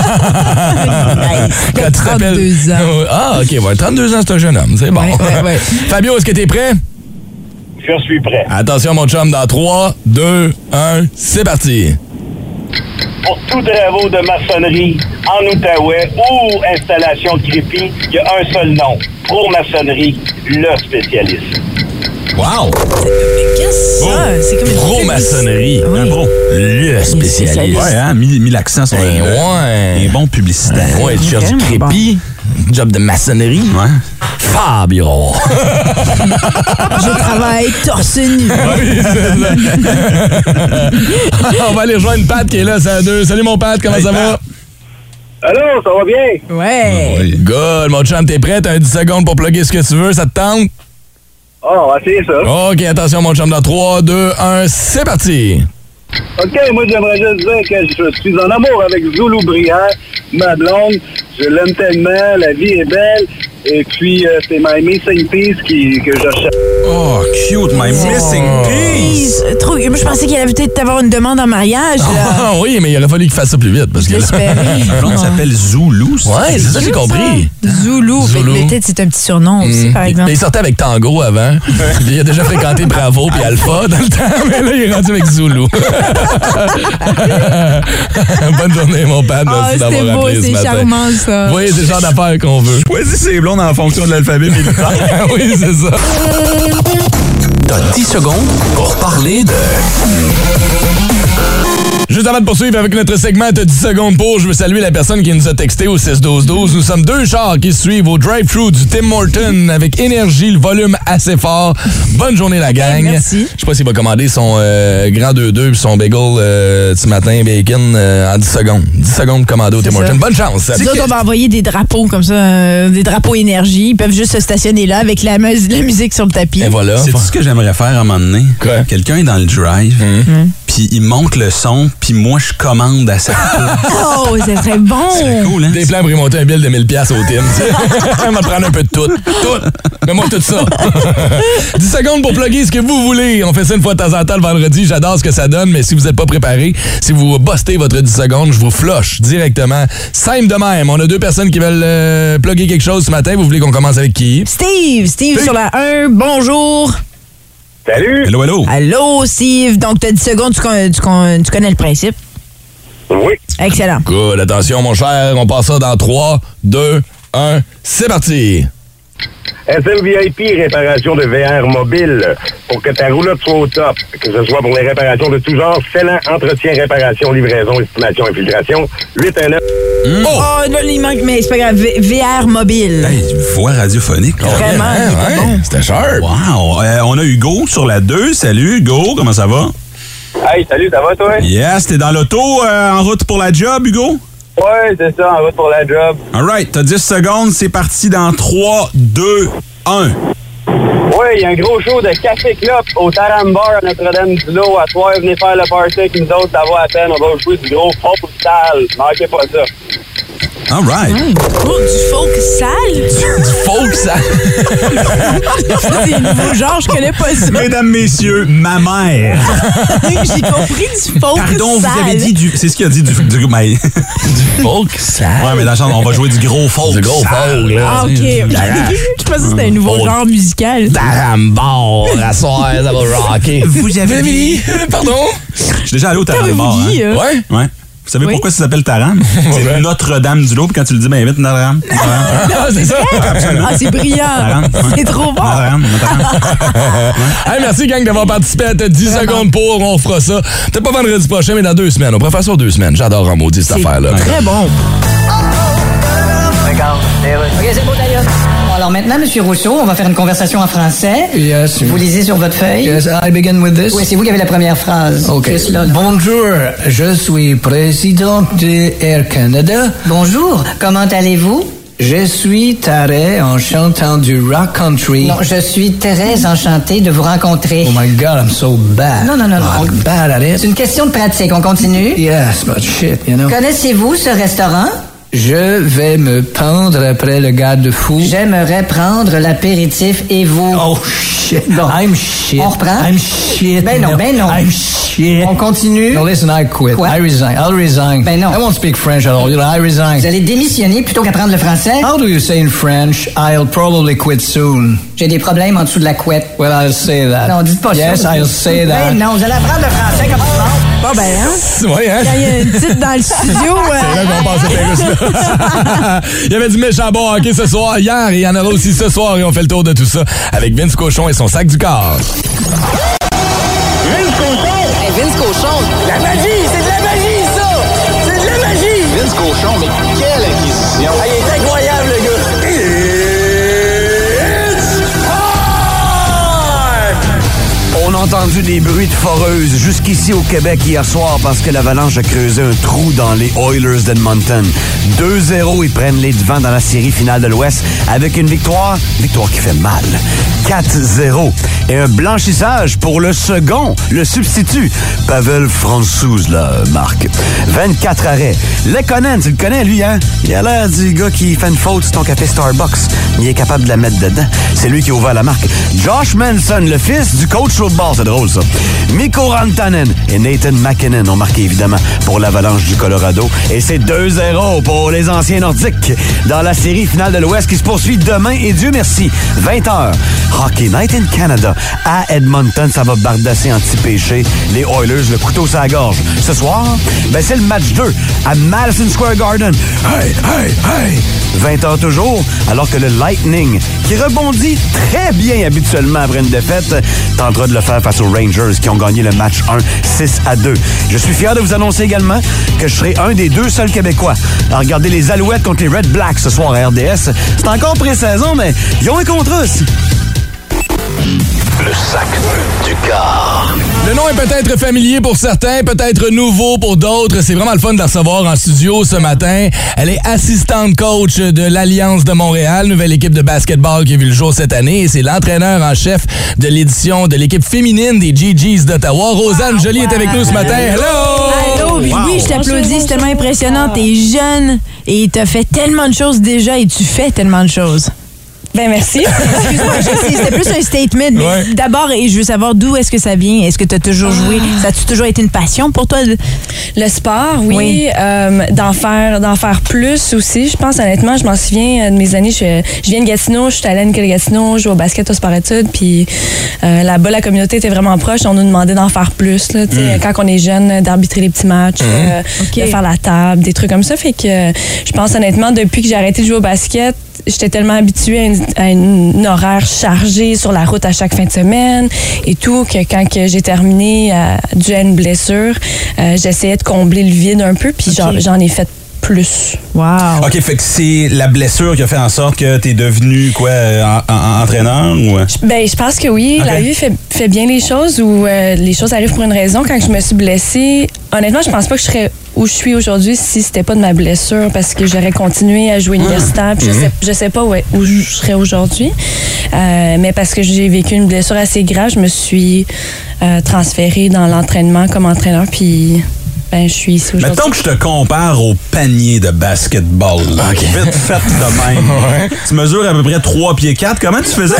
Il a trente-deux ans. Ah, OK, ouais, trente-deux ans, c'est un jeune homme, c'est bon. Ouais, ouais, ouais. Fabio, est-ce que t'es prêt? Je suis prêt. Attention, mon chum, dans trois, deux, un, c'est parti. Pour tous travaux de maçonnerie en Outaouais ou installation crépi, il y a un seul nom. Pro Maçonnerie, le spécialiste. Wow! Qu'est-ce que ça? C'est comme une pro-maçonnerie. Oui. Un pro. Le spécialiste. Ouais, hein? Mis, mis l'accent sur ben un, ouais. un bon publicitaire. Ben ouais, tu cherches du crépi. Bon. Job de maçonnerie. Ouais. Fabio. Je travaille torse nu. Oui, c'est ça. On va aller rejoindre Pat qui est là, c'est à deux. Salut mon Pat, comment hey, ça Pat. va? Allô, ça va bien? Ouais. Oui. Good, mon chum, t'es prêt? T'as dix secondes pour plugger ce que tu veux, ça te tente? Ah, oh, on va essayer ça. OK, attention mon chum, dans trois, deux, un, c'est parti. OK, moi j'aimerais juste dire que je suis en amour avec Zoulou Brière, ma blonde. Je l'aime tellement, la vie est belle. Et puis, euh, c'est My Missing Piece qui, que je cherche. Oh, cute, My Missing Piece. Please. Trop, moi, je pensais qu'il allait peut-être avoir une demande en mariage. Là. Ah oui, mais il aurait fallu qu'il fasse ça plus vite. Parce que J'espère. La blonde s'appelle Zoulou. Ouais, c'est ça, j'ai compris. Zoulou. Zoulou. Mais peut-être c'est un petit surnom aussi, Mmh. par exemple. Il sortait avec Tango avant. Il a déjà fréquenté Bravo puis Alpha dans le temps, mais là, il est rendu avec Zoulou. Bonne journée, mon père. Merci Ah, d'avoir c'était beau, appelé ce c'est matin. charmant, ça. Oui, c'est le genre d'affaires qu'on veut. Choisis ses blondes en fonction de l'alphabet militaire. Oui, c'est ça. T'as dix secondes pour parler de... Juste avant de poursuivre avec notre segment de dix secondes pour, je veux saluer la personne qui nous a texté au six douze douze. Nous sommes deux chars qui suivent au drive-thru du Tim Horton avec énergie, le volume assez fort. Bonne journée, la gang. Hey, merci. Je sais pas s'il va commander son euh, grand deux deux puis son bagel euh, ce matin, bacon, euh, en dix secondes. dix secondes commandé au Tim ça. Horton. Bonne chance. Nous autres, on va envoyer des drapeaux comme ça, euh, des drapeaux énergie. Ils peuvent juste se stationner là avec la, mus- la musique sur le tapis. Et voilà. C'est tout ce que j'aimerais faire à un moment donné. Quoi? Quelqu'un est dans le drive, Mmh. puis il monte le son, puis moi, je commande à sa place. Oh, ça serait bon. C'est cool, hein? Des plans pour y monter un bill de mille dollars au Tim. On va te prendre un peu de tout. Tout. Mets-moi tout ça. dix secondes pour plugger ce que vous voulez. On fait ça une fois de temps en temps le vendredi. J'adore ce que ça donne, mais si vous n'êtes pas préparé, si vous bustez votre dix secondes, je vous flush directement. Simple de même. On a deux personnes qui veulent euh, plugger quelque chose ce matin. Vous voulez qu'on commence avec qui? Steve, Steve Steve. sur la un, bonjour. Salut! Hello, hello. Allô, Steve. Donc, tu as dix secondes, tu, con- tu, con- tu connais le principe. Oui. Excellent. Good. Attention, mon cher. On passe ça dans trois, deux, un. C'est parti. S M V I P, réparation de V R mobile, pour que ta roulotte soit au top, que ce soit pour les réparations de tout genre, scellant, entretien, réparation, livraison, estimation, infiltration, huit un neuf. Mm. Oh, là, il manque, mais c'est pas grave. V- VR mobile. Hey, voix radiophonique. là. Vraiment, Ouais, il était ouais. bon. C'était sharp. Wow. Euh, on a Hugo sur la deux. Salut, Hugo. Comment ça va? Hey, salut, ça va, toi? Yes, t'es dans l'auto euh, en route pour la job, Hugo? Ouais, c'est ça, en route pour la job. All right. T'as dix secondes. C'est parti dans trois, deux, un. Ouais, il y a un gros show de Café Clope au Taram Bar à Notre-Dame-du-Lot. À soir, venez faire le party avec nous autres, ça va à peine. On va jouer du gros folk sale. Manquez pas ça. All right. Oh, du folk sale? Du folk, ça. C'est un nouveau genre, je connais pas ça. Mesdames, messieurs, ma mère. J'ai compris du folk Pardon, sale. vous avez dit du... C'est ce qu'il a dit du... du mais... Folk, ça. Ouais, mais dans la chanson, on va jouer du gros folk. Du gros folk, là. Ah, OK. Je pensais que c'était un nouveau Oh. genre musical. Tarambar, à soir, ça va rocker. Vous avez dit... Pardon? Je suis déjà allé au Qu'avez-vous Taram-Bar. dit, Hein? euh? Ouais? Ouais. Vous savez Oui. pourquoi ça s'appelle Taram? C'est Notre-Dame-du-Lot, puis quand tu le dis, ben vite, Notre-Dame. Ah, c'est ça. Absolument. Ah, c'est brillant. Taram, ouais. C'est trop bon. Notre-Dame, Notre-Dame. Hey, merci, gang, d'avoir participé à dix secondes pour. On fera ça. Peut-être pas vendredi prochain, mais dans deux semaines. On pourrait faire ça en deux semaines. J'adore en maudit cette C'est affaire-là. très bon. OK, c'est beau, d'ailleurs. Bon, alors maintenant, M. Rousseau, on va faire une conversation en français. Yes. Vous lisez sur votre feuille. Yes, I begin with this. Oui, c'est vous qui avez la première phrase. OK. Juste là, là. Bonjour, je suis président de Air Canada. Bonjour, comment allez-vous? Je suis taré en chantant du rock country. Non, je suis très enchantée de vous rencontrer. Oh my God, I'm so bad. Non, non, non, non. I'm bad at C'est it. une question de pratique, on continue. Yes, but shit, you know. Connaissez-vous ce restaurant? Je vais me pendre après le garde-fou. J'aimerais prendre l'apéritif et vous. Oh shit. Bon. I'm shit. On reprend? I'm shit. Ben non, ben non. I'm shit. On continue. No, listen, I quit. Quoi? I resign. I'll resign. Ben non. I won't speak French at all. You know, I resign. Vous allez démissionner plutôt qu'apprendre le français? How do you say in French, I'll probably quit soon? J'ai des problèmes en dessous de la couette. Well, I'll say that. Non, dites pas yes, ça. Yes, I'll say that. Ben non, vous allez apprendre le français comme ça. Bon, ben, hein? Ouais, hein? Quand il y a une petite dans le studio. euh, C'est là qu'on passe à Pérusse. Il y avait du méchant bon hockey ce soir, hier, et il y en aura aussi ce soir, et on fait le tour de tout ça avec Vince Cochon et son sac du corps. Vince Cochon! Hey, Vince Cochon! La magie! C'est de la magie, ça! C'est de la magie! Vince Cochon, mais quelle acquisition! Ah, il est incroyable, le gars! On a entendu des bruits de foreuse jusqu'ici au Québec hier soir parce que l'avalanche a creusé un trou dans les Oilers d'Edmonton. deux zéro, ils prennent les devants dans la série finale de l'Ouest avec une victoire, victoire qui fait mal. quatre zéro. Et un blanchissage pour le second, le substitut, Pavel Francouz, là, Marc. vingt-quatre arrêts. Lekonen, tu le connais, lui, hein? Il a l'air du gars qui fait une faute sur ton café Starbucks. Il est capable de la mettre dedans. C'est lui qui a ouvert la marque. Josh Manson, le fils du coach football, c'est drôle, ça. Mikko Rantanen et Nathan McKinnon ont marqué, évidemment, pour l'Avalanche du Colorado. Et c'est deux zéro pour les anciens nordiques dans la série finale de l'Ouest qui se poursuit demain. Et Dieu merci, vingt heures. Hockey Night in Canada à Edmonton, ça va bardasser anti-péché. Les Oilers, le couteau sur la gorge. Ce soir, ben c'est le match deux à Madison Square Garden. Hey, hey, hey! vingt heures toujours, alors que le Lightning, qui rebondit très bien habituellement après une défaite, tentera de le faire face aux Rangers qui ont gagné le match un, six à deux. Je suis fier de vous annoncer également que je serai un des deux seuls Québécois à regarder les Alouettes contre les Red Blacks ce soir à R D S. C'est encore pré-saison, mais ils ont un contrat aussi. Le sac du car. Le nom est peut-être familier pour certains, peut-être nouveau pour d'autres. C'est vraiment le fun de la recevoir en studio ce matin. Elle est assistante coach de l'Alliance de Montréal, nouvelle équipe de basketball qui a vu le jour cette année. Et c'est l'entraîneur en chef de l'édition de l'équipe féminine des G Gs d'Ottawa. Rosanne Joly est avec nous ce matin. Hello! Allô! Wow. Oui, je t'applaudis. C'est tellement impressionnant. T'es jeune et t'as fait tellement de choses déjà et tu fais tellement de choses. Ben merci. Excuse-moi, je sais, c'était plus un statement. Mais ouais. D'abord, je veux savoir d'où est-ce que ça vient. Est-ce que tu as toujours joué? Ça a-tu toujours été une passion pour toi? Le sport, oui. oui. Euh, d'en faire, d'en faire plus aussi. Je pense honnêtement, je m'en souviens de mes années. Je, je viens de Gatineau, je suis allée à l'école de Gatineau, je joue au basket au sport-études. Puis euh, là-bas, la communauté était vraiment proche. On nous demandait d'en faire plus. Là, mm. Quand on est jeune, d'arbitrer les petits matchs, mm. euh, okay. de faire la table, des trucs comme ça. Fait que euh, je pense honnêtement, depuis que j'ai arrêté de jouer au basket, j'étais tellement habituée à une, à une horaire chargée sur la route à chaque fin de semaine et tout, que quand que j'ai terminé euh, dû à une blessure, euh, j'essayais de combler le vide un peu, puis okay. j'en, j'en ai fait plus. Wow. OK, fait que c'est la blessure qui a fait en sorte que tu es devenu quoi, en, en, entraîneur ou? Ben, je pense que oui. Okay. La vie fait, fait bien les choses ou euh, les choses arrivent pour une raison. Quand je me suis blessée, honnêtement, je pense pas que je serais où je suis aujourd'hui si c'était pas de ma blessure parce que j'aurais continué à jouer universitaire. Puis mmh. je sais, je sais pas où, où je serais aujourd'hui. Euh, mais parce que j'ai vécu une blessure assez grave, je me suis euh, transférée dans l'entraînement comme entraîneur. Puis ben, je suis ici aujourd'hui. Mettons que je te compare au panier de basketball. Okay. Vite fait de même. Ouais. Tu mesures à peu près trois pieds quatre. Comment tu faisais?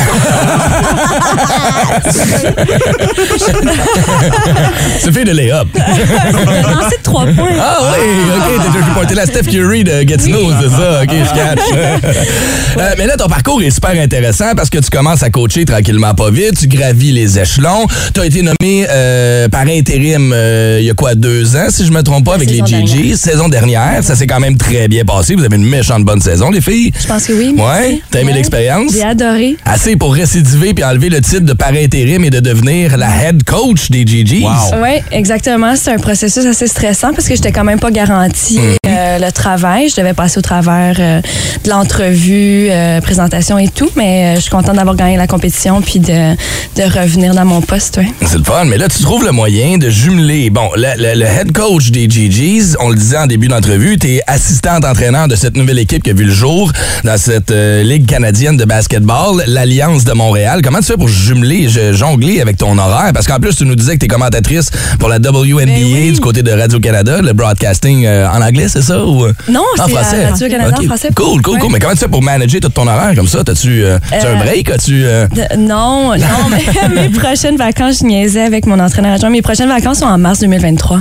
C'est fait de lay-up. Lancer de trois points. Ah oui, OK. T'as déjà pointé la Steph Curry de Gatineau, oui. C'est ça. OK, je catch. euh, mais là, ton parcours est super intéressant parce que tu commences à coacher tranquillement pas vite. Tu gravis les échelons. Tu as été nommé euh, par intérim euh, il y a quoi, deux ans, si je me trompe pas, la avec les G G. Saison dernière. Ça s'est quand même très bien passé. Vous avez une méchante bonne saison, les filles. Je pense que oui. Ouais. T'as aimé ouais. l'expérience? J'ai adoré. Assez pour récidiver puis enlever le titre de par intérim et de devenir la head coach des G Gs. Wow. Oui, exactement. C'est un processus assez stressant parce que j'étais quand même pas garantie mm-hmm. euh, le travail. Je devais passer au travers euh, de l'entrevue, euh, présentation et tout, mais euh, je suis contente d'avoir gagné la compétition puis de, de revenir dans mon poste. Ouais. C'est le fun, mais là, tu trouves le moyen de jumeler. Bon, le, le, le head coach des G Gs, on le disait en début d'entrevue, tu es assistante entraîneur de cette nouvelle équipe qui a vu le jour dans cette euh, Ligue canadienne de basketball, l'Alliance de Montréal. Comment tu fais pour jumeler, jongler avec ton horaire? Parce qu'en plus, tu nous disais que tu es commentatrice pour la W N B A oui. du côté de Radio-Canada, le broadcasting euh, en anglais, c'est ça? Ou... Non, en c'est français? Radio-Canada okay. en français. Cool, cool, ouais. cool. Mais comment tu fais pour manager tout ton horaire comme ça? T'as-tu euh, euh, un break? As-tu, euh... de, non, non, mais mes prochaines vacances, je niaisais avec mon entraîneur adjoint. Mes prochaines vacances sont en mars deux mille vingt-trois.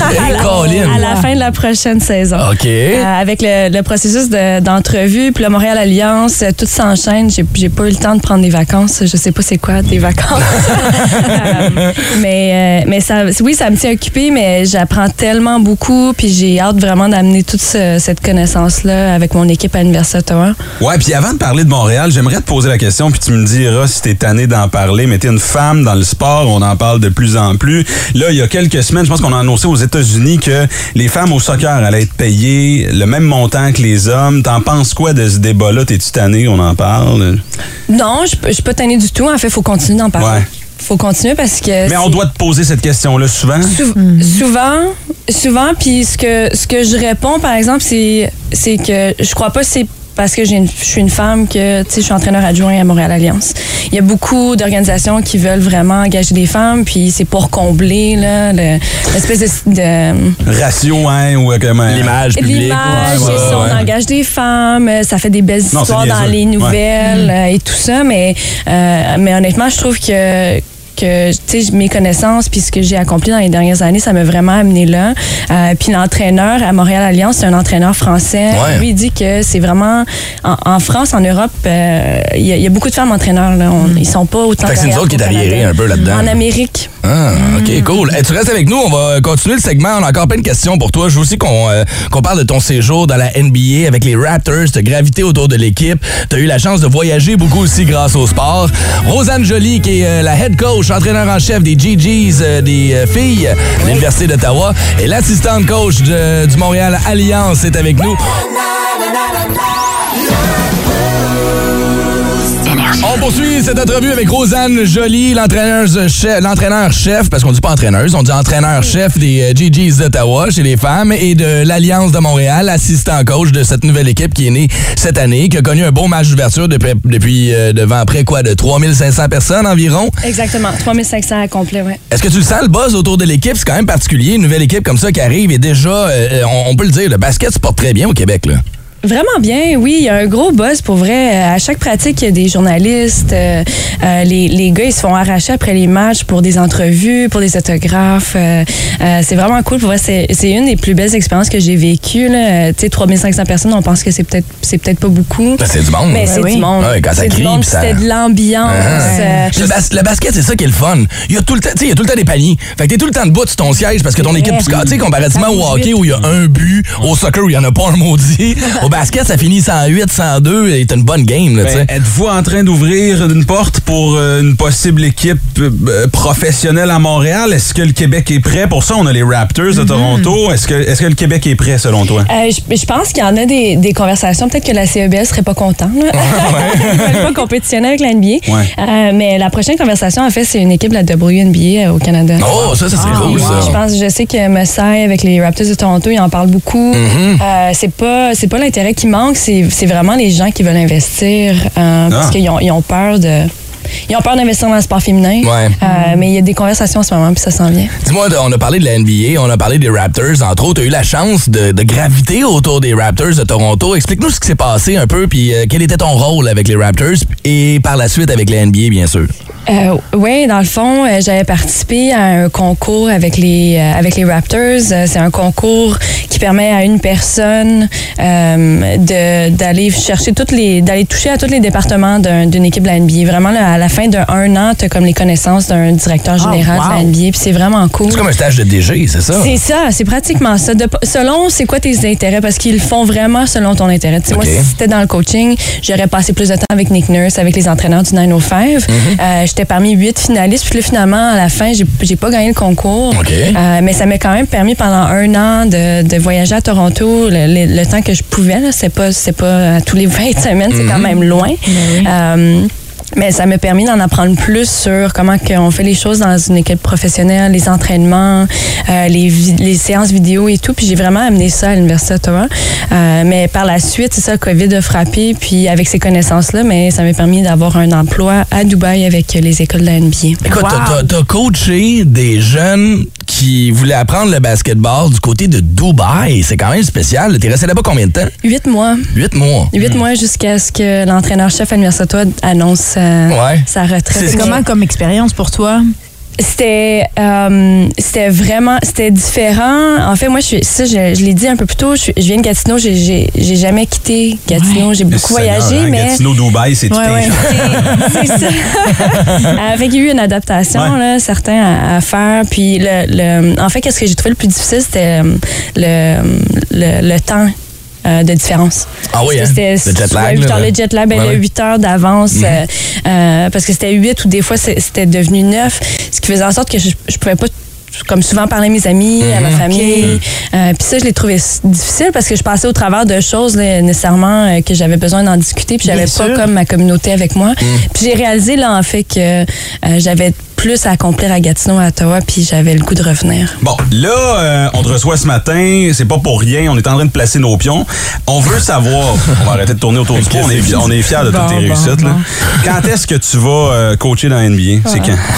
À la fin de la prochaine saison. OK. Euh, avec le, le processus de, d'entrevue, puis le Montréal Alliance, tout s'enchaîne. J'ai, j'ai pas eu le temps de prendre des vacances. Je sais pas c'est quoi des vacances. euh, mais euh, mais ça, oui, ça me tient occupée, mais j'apprends tellement beaucoup, puis j'ai hâte vraiment d'amener toute ce, cette connaissance-là avec mon équipe à l'Université d'Ottawa. Ouais, puis avant de parler de Montréal, j'aimerais te poser la question, puis tu me diras si t'es tanné d'en parler, mais t'es une femme dans le sport, on en parle de plus en plus. Là, il y a quelques semaines, je pense qu'on a annoncé aux États-Unis que les femmes au soccer allaient être payées le même montant que les hommes. T'en penses quoi de ce débat-là? T'es-tu tanné? On en parle? Non, je, je suis pas tannée du tout. En fait, il faut continuer d'en parler. Ouais. faut continuer parce que... Mais on doit te poser cette question-là souvent? Sou- mm-hmm. Souvent, souvent, puis ce que, ce que je réponds, par exemple, c'est, c'est que je crois pas que c'est parce que j'ai une, je suis une femme que, tu sais, je suis entraîneur adjoint à Montréal Alliance. Il y a beaucoup d'organisations qui veulent vraiment engager des femmes, puis c'est pour combler là, le, l'espèce de, de... ratio, hein, ou comment... L'image publique. L'image, ouais, ouais, ça, ouais. on engage des femmes, ça fait des belles non, histoires dans les nouvelles ouais. euh, et tout ça, mais, euh, mais honnêtement, je trouve que que tu sais mes connaissances puis ce que j'ai accompli dans les dernières années, ça m'a vraiment amené là. Euh, puis l'entraîneur à Montréal Alliance, c'est un entraîneur français. Ouais. Lui il dit que c'est vraiment en, en France, en Europe, il euh, y, y a beaucoup de femmes entraîneurs là. On, mm. Ils sont pas autant. Fait que c'est nous autres qui est arriérés un peu là-dedans. En Amérique. Ah, ok, cool. Hey, tu restes avec nous, on va continuer le segment. On a encore plein de questions pour toi. Je veux aussi qu'on euh, qu'on parle de ton séjour dans la N B A avec les Raptors, de gravité autour de l'équipe. Tu as eu la chance de voyager beaucoup aussi grâce au sport. Rosanne Joly, qui est euh, la head coach, entraîneur en chef des G Gs euh, des euh, filles de l'Université d'Ottawa, et l'assistante coach de, du Montréal Alliance est avec nous. On poursuit cette entrevue avec Rosanne Joly, l'entraîneur-chef, l'entraîneur-chef, parce qu'on dit pas entraîneuse, on dit entraîneur-chef des G Gs d'Ottawa chez les femmes et de l'Alliance de Montréal, assistant coach de cette nouvelle équipe qui est née cette année, qui a connu un beau match d'ouverture depuis, depuis euh, devant près quoi, de trois mille cinq cents personnes environ. Exactement, trois mille cinq cents à complet, ouais. Est-ce que tu le sens, le buzz autour de l'équipe? C'est quand même particulier, une nouvelle équipe comme ça qui arrive et déjà, euh, on, on peut le dire, le basket se porte très bien au Québec, là. Vraiment bien, oui. Il y a un gros buzz pour vrai. À chaque pratique, il y a des journalistes. Euh, euh, les, les gars, ils se font arracher après les matchs pour des entrevues, pour des autographes. Euh, euh, c'est vraiment cool. Pour vrai, c'est, c'est une des plus belles expériences que j'ai vécues. Euh, tu sais, trois mille cinq cents personnes, on pense que c'est peut-être, c'est peut-être pas beaucoup. Ben, c'est du monde. Mais ben c'est oui. du monde. Ouais, quand ça c'est crie, du monde, ça... c'était de l'ambiance. Ah. Euh, le, bas- le basket, c'est ça qui est le fun. Il y a tout le temps, tu sais, il y a tout le temps des paniers. Fait que t'es tout le temps debout sur ton siège parce que ton équipe, tu sais, comparativement au hockey où il y a un but, au soccer où il y en a pas un maudit, au basket, ça finit cent huit, cent deux et c'est une bonne game, là, tu sais. Ben, êtes-vous en train d'ouvrir une porte pour euh, une possible équipe euh, professionnelle à Montréal? Est-ce que le Québec est prêt pour ça? On a les Raptors de mm-hmm. Toronto. Est-ce que, est-ce que le Québec est prêt, selon toi? Euh, je, je pense qu'il y en a des, des conversations. Peut-être que la C E B L serait pas content. Là. Ils veulent pas compétitionner avec la N B A. Ouais. Euh, mais la prochaine conversation, en fait, c'est une équipe de la W N B A au Canada. Oh, ça, ça serait ah, cool, ça. Je pense, je sais que Messiah, avec les Raptors de Toronto, il en parle beaucoup. Mm-hmm. Euh, c'est pas, c'est pas l'intérêt qui manque, c'est, c'est vraiment les gens qui veulent investir euh, parce ah. qu'ils ont, ils ont peur de... Ils ont peur d'investir dans le sport féminin. Ouais. Euh, mais il y a des conversations en ce moment, puis ça s'en vient. Dis-moi, on a parlé de la N B A, on a parlé des Raptors. Entre autres, tu as eu la chance de, de graviter autour des Raptors de Toronto. Explique-nous ce qui s'est passé un peu, puis euh, quel était ton rôle avec les Raptors et par la suite avec la N B A, bien sûr. Euh, oui, dans le fond, euh, j'avais participé à un concours avec les euh, avec les Raptors. Euh, c'est un concours qui permet à une personne euh, de d'aller chercher toutes les d'aller toucher à tous les départements d'un, d'une équipe de la N B A. Vraiment, là, à la fin d'un an, tu as comme les connaissances d'un directeur général oh, wow. de la N B A. Puis c'est vraiment cool. C'est comme un stage de D G, c'est ça? C'est ça, c'est pratiquement ça. De, selon c'est quoi tes intérêts, parce qu'ils le font vraiment selon ton intérêt. Okay. Moi, si c'était dans le coaching, j'aurais passé plus de temps avec Nick Nurse, avec les entraîneurs du neuf cent cinq. Mm-hmm. Euh, J'étais parmi huit finalistes. Puis là, finalement, à la fin, j'ai, j'ai pas gagné le concours. Okay. Euh, mais ça m'a quand même permis pendant un an de, de voyager à Toronto le, le, le temps que je pouvais. Là. C'est pas, c'est pas tous les vingt semaines, mm-hmm. c'est quand même loin. Mm-hmm. Euh, Mais ça m'a permis d'en apprendre plus sur comment on fait les choses dans une équipe professionnelle, les entraînements, euh, les, vi- les séances vidéo et tout. Puis j'ai vraiment amené ça à l'Université d'Ottawa. Euh, mais par la suite, c'est ça, le COVID a frappé. Puis avec ces connaissances-là, mais ça m'a permis d'avoir un emploi à Dubaï avec les écoles de la N B A. Écoute, wow. t'as, t'as coaché des jeunes qui voulaient apprendre le basketball du côté de Dubaï. C'est quand même spécial. T'es resté là-bas combien de temps? Huit mois. Huit mois. Huit mmh. mois jusqu'à ce que l'entraîneur-chef à l'Université d'Ottawa annonce euh, ouais. sa retraite. C'est, c'est comment comme expérience pour toi? C'était euh, c'était vraiment c'était différent. En fait, moi, je suis ça, je, je l'ai dit un peu plus tôt. Je, je viens de Gatineau. J'ai, j'ai, j'ai jamais quitté Gatineau. Ouais. J'ai beaucoup voyagé, hein, mais Gatineau, Dubaï, c'est tout. Ouais, ouais, c'est, c'est ça. euh, fait qu'il y a eu une adaptation, ouais. là, certains à, à faire. Puis le, le, en fait, qu'est-ce que j'ai trouvé le plus difficile, c'était le le, le temps. Euh, de différence. Ah oui, hein? C'était, le jet lag. Ouais, le jet lag, ben, ouais, le huit heures d'avance, mm-hmm. euh, euh, parce que c'était huit ou des fois c'était devenu neuf, ce qui faisait en sorte que je, je pouvais pas comme souvent parler à mes amis, mm-hmm. à ma famille. Okay. Euh, puis ça, je l'ai trouvé difficile parce que je passais au travers de choses là, nécessairement euh, que j'avais besoin d'en discuter, puis j'avais Bien pas sûr. Comme ma communauté avec moi. Mm. Puis j'ai réalisé là en fait que euh, j'avais plus à accomplir à Gatineau, à Ottawa, puis j'avais le goût de revenir. Bon, là, euh, on te reçoit ce matin, c'est pas pour rien, on est en train de placer nos pions. On veut savoir, on va arrêter de tourner autour du pot, on est, on est fiers de Bon, toutes tes bon, réussites. bon. Là. Quand est-ce que tu vas euh, coacher dans la N B A? C'est quand?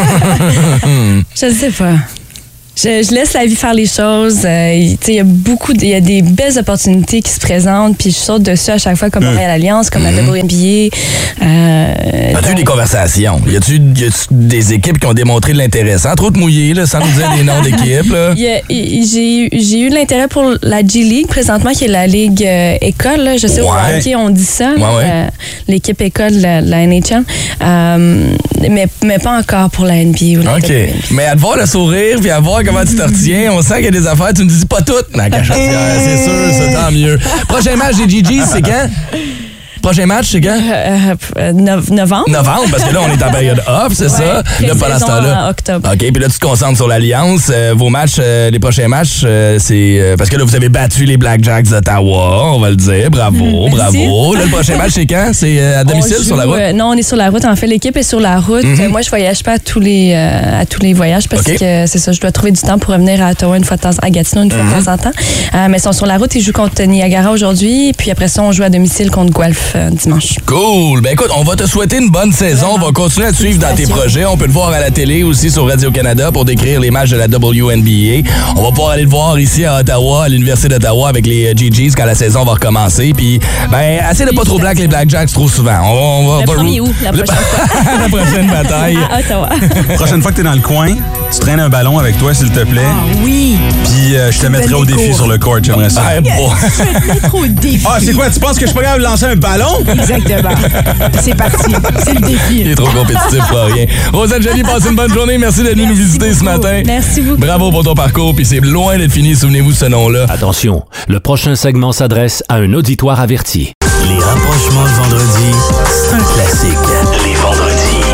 Je sais pas. Je, je laisse la vie faire les choses. Euh, il y a beaucoup, il y a des belles opportunités qui se présentent, puis je saute dessus à chaque fois, comme Montréal Alliance, comme la W N B A. Euh, As-tu eu des conversations? Y a-tu, y a-tu des équipes qui ont démontré de l'intérêt? Sans trop te mouiller, là, sans nous dire des noms d'équipes. Là. Il y a- il- J'ai eu- j'ai eu de l'intérêt pour la G League présentement, qui est la ligue euh, école. Là. Je sais Ouais. au hockey, on dit ça. Ouais, là, ouais. euh, l'équipe école, la, la N H L. Euh, mais, mais pas encore pour la N B A ou la OK. W N B A. Mais à te voir le sourire, puis à voir comment tu te retiens, on sent qu'il y a des affaires, tu ne dis pas toutes. La cachetière, c'est sûr, c'est tant mieux. Prochain match des G Gs, c'est quand? Prochain match, c'est quand? Euh, euh, nov- novembre. Novembre, parce que là, on est en période off, c'est ça? Là, pendant ce Pré-saison temps-là. en octobre. OK, puis là, tu te concentres sur l'Alliance. Euh, vos matchs, euh, les prochains matchs, euh, c'est. euh, parce que là, vous avez battu les Blackjacks d'Ottawa, on va le dire. Bravo, Mm, merci. bravo. Là, le prochain match, c'est quand? C'est euh, à domicile, On sur la joue, route? euh, non, on est sur la route. En fait, l'équipe est sur la route. Mhm. Euh, moi, je voyage pas à tous les, euh, à tous les voyages parce OK. que c'est ça, je dois trouver du temps pour revenir à Ottawa une fois de temps, à Gatineau une fois Mhm. de temps en temps. Euh, mais ils sont sur la route. Ils jouent contre Niagara aujourd'hui. Puis après ça, on joue à domicile contre Guelph euh, dimanche. Cool. Ben écoute, on va te souhaiter une bonne saison. On va continuer à te suivre dans tes projets. On peut te voir à la télé aussi sur Radio-Canada pour décrire les matchs de la W N B A. On va pouvoir aller te voir ici à Ottawa, à l'Université d'Ottawa avec les euh, G Gs quand la saison va recommencer. Puis, ben, assez de pas trop black les Blackjacks trop souvent. On va, on va, Le on va- premier août, la prochaine fois. la prochaine bataille. À Ottawa. Prochaine fois que t'es dans le coin, tu traînes un ballon avec toi, s'il te plaît. Oui. Puis euh, je te mettrai au défi sur le court, j'aimerais ça. Ah, bon. Trop de défis. Ah, c'est quoi? Tu penses que je suis pas capable de lancer un ballon? Exactement. C'est parti. C'est le défi. Il est trop compétitif pour rien. Rosanne Joly, passe une bonne journée. Merci d'être venue nous visiter ce matin. Merci beaucoup. Bravo pour ton parcours. Puis c'est loin d'être fini. Souvenez-vous de ce nom-là. Attention, le prochain segment s'adresse à un auditoire averti. Les rapprochements de vendredi, c'est un classique. Les vendredis,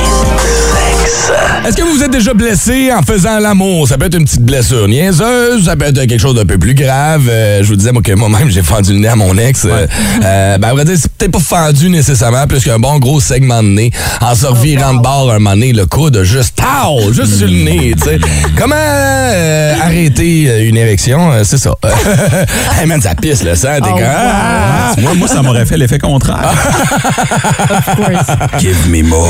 sexe. Est-ce que vous vous êtes déjà blessé en faisant l'amour? Ça peut être une petite blessure niaiseuse, ça peut être quelque chose d'un peu plus grave. Euh, je vous disais moi, que moi-même, j'ai fendu le nez à mon ex. Euh, euh, ben, à vrai dire, c'est peut-être pas fendu nécessairement, plus qu'un bon gros segment de nez. En se revirant de bord un moment donné, le coude juste, tao, juste sur le nez, tu sais. Comment euh, arrêter euh, une érection? Euh, c'est ça. Hey man, ça pisse le sang, t'es Oh, comme... wow. Ah! Moi, moi, ça m'aurait fait l'effet contraire. Give me more.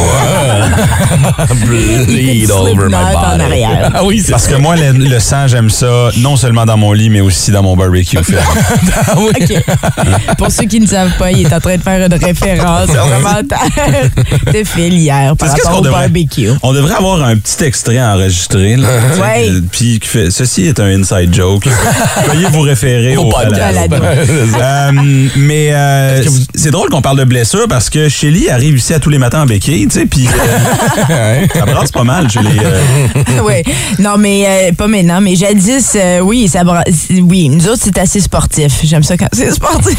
Bleed over my body. Ah oui, c'est Parce ça. que moi, le, le sang, j'aime ça non seulement dans mon lit, mais aussi dans mon barbecue. Ah oui. OK. Pour ceux qui ne savent pas, il est en train de faire une référence commentaire de Phil hier par Est-ce qu'est-ce rapport qu'on au devrait- barbecue. On devrait avoir un petit extrait enregistré. Là, tu sais, Ouais. que- Puis qui fait ceci est un inside joke. Veuillez vous référer Au au, podcast. balado. Euh, mais euh, c'est drôle qu'on parle de blessure parce que Shelly arrive ici à tous les matins en béquille, tu sais, puis euh, ça brasse pas mal chez les. euh, Oui. Non, mais euh, pas maintenant. Mais jadis, euh, oui, ça bra- oui, nous autres, c'est assez sportif. J'aime ça quand c'est sportif.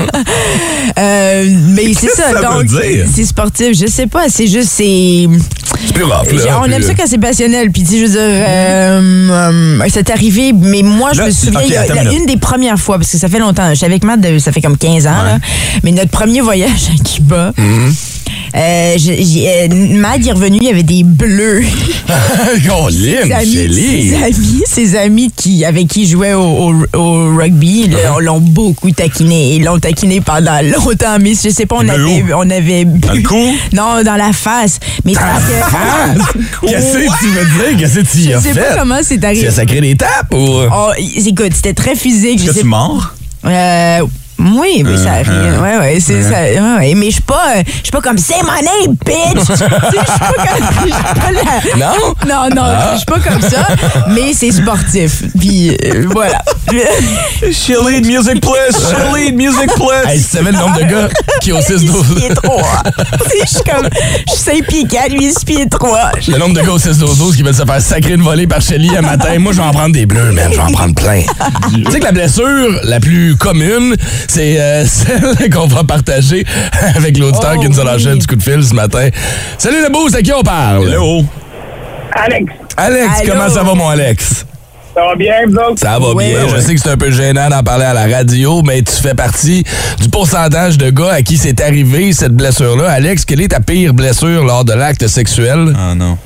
Euh, mais c'est Qu'est-ce ça. que ça veut donc, dire? c'est sportif. Je sais pas. C'est juste, c'est. C'est plus rough, là. Genre, on aime plus- ça quand c'est passionnel. Puis, tu sais, je veux dire, euh, euh, c'est arrivé, mais moi, je Là, me souviens, ok, il y a- attends la- une minute. une des premières fois, parce que ça fait longtemps, je suis avec Matt, de- ça fait comme quinze ans, là, mais notre premier voyage à Cuba, euh, j'ai- j'ai- euh, Matt est revenu, il y avait des bleus. Colin, ses amis, Shelly. ses amis, ses amis qui, avec qui il jouait au, au- au rugby, là, l'ont beaucoup taquiné. Ils l'ont taquiné pendant longtemps, mais je sais pas, on Mais avait, où? on avait bu. Dans le cou? Non, dans la face. Mais c'est parce que- Ah! Qu'est-ce que tu veux dire? Qu'est-ce que tu y Je as sais fait? pas comment c'est arrivé. Tu as sacré des tapes ou... Oh, écoute, c'était très physique. Est-ce je que sais tu mords? Euh, oui, oui, ça Euh, arrive. euh, ouais, ouais, c'est euh. ça. Ouais, ouais. Mais je suis pas, euh, je suis pas comme say my name, bitch. Tu sais, je suis pas comme, je suis pas la- Non? Non, non, Ah. je suis pas comme ça. Mais c'est sportif. Puis euh, voilà. She'll eat music, please. She'll eat music, please. Hey, tu savais le nombre de gars qui ont six douze... Il est trois. Tu sais, je suis comme, je suis cinq pieds quatre, lui six pieds trois. Le nombre de gars au six douze douze qui veulent se faire sacrer une volée par Shelly un matin. Moi, je vais en prendre des bleus, man. Je vais en prendre plein. Tu sais que la blessure la plus commune, c'est euh, celle qu'on va partager avec l'auditeur Oh, qui nous a lâché oui. un petit coup de fil ce matin. Salut le boost, à qui on parle? Hello. Alex, Alex, Allô? comment ça va, mon Alex? ça va bien, vous autres? Ça va Ouais, bien. ouais. Je sais que c'est un peu gênant d'en parler à la radio, mais tu fais partie du pourcentage de gars à qui c'est arrivé, cette blessure-là. Alex, quelle est ta pire blessure lors de l'acte sexuel? Ah non.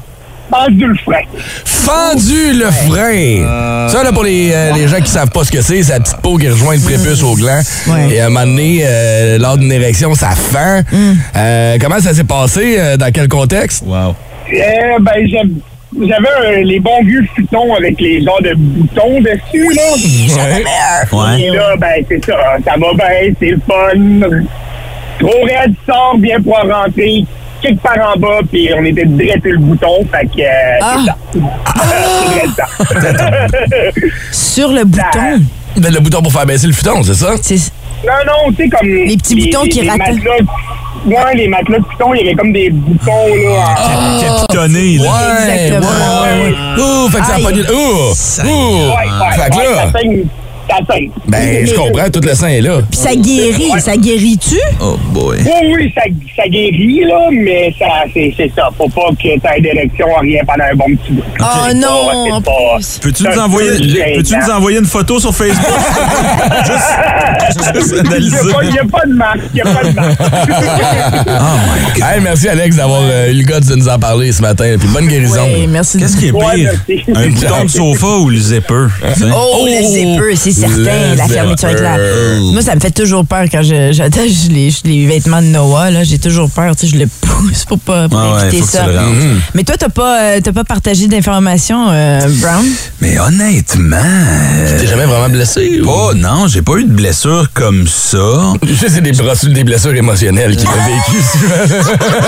Fendu le frein. Fendu le frein. Euh... Ça, là, pour les, euh, les gens qui savent pas ce que c'est, c'est la petite peau qui rejoint le prépuce au gland. Ouais. Et à un moment donné, euh, lors d'une érection, ça fend. Mm. Euh, comment ça s'est passé? Euh, dans quel contexte? Wow. Euh, ben, j'aime... J'avais euh, les bons vieux futons avec les genres de boutons dessus, là. Ouais. Ouais. Et là, ben, c'est ça. Ça va bien, c'est le fun. Trop raide, sort, bien pour rentrer. Kick par en bas, puis on était direct sur le bouton. Fait que, euh, ah. c'est ça. Ah. c'est direct ça. Sur le bouton? Ben, le bouton pour faire baisser le futon, c'est ça? C'est... Non, non, tu sais, comme... Les petits les, boutons les, qui les ratent. Matelas, ouais, les matelas de futon, il y avait comme des boutons, là. Oh. Capitonnés, là. Ouais, exactement. Ouais, ouais, ouais. Ouh, fait que ça a pas dit... Ouh! Ouh! Ouais, ouais, fait que ouais, là... Ça saigne. Ben, je comprends, tout le sang est là. Puis ça guérit, ouais. ça guérit-tu? Oh boy. Oui, oui, ça, ça guérit, là, mais ça, c'est, c'est ça. Faut pas que t'aies d'érection à rien pendant un bon petit bout. Oh okay. non! Pas, peux-tu nous envoyer, peux-tu nous envoyer une photo sur Facebook? juste, juste analyser. Il n'y a, a pas de marque, il n'y a pas de marque. Oh my God. Hey, merci Alex d'avoir euh, eu le gars de nous en parler ce matin. Puis bonne guérison. Oui, merci. Qu'est-ce qui est pire? Ouais, un bouton de sofa ou le zipper? Oh, le zipper, c'est certain, la fermeture avec la... Moi, ça me fait toujours peur quand je, j'attache les, les vêtements de Noah. Là, j'ai toujours peur, tu sais, je le pousse pour pas pour ah éviter ouais, ça. Mm-hmm. Mais toi, t'as pas, euh, t'as pas partagé d'informations, euh, Brown? Mais honnêtement... Tu t'es jamais vraiment blessé? Ou? Oh non, j'ai pas eu de blessure comme ça. C'est des, des blessures émotionnelles qu'il a vécues.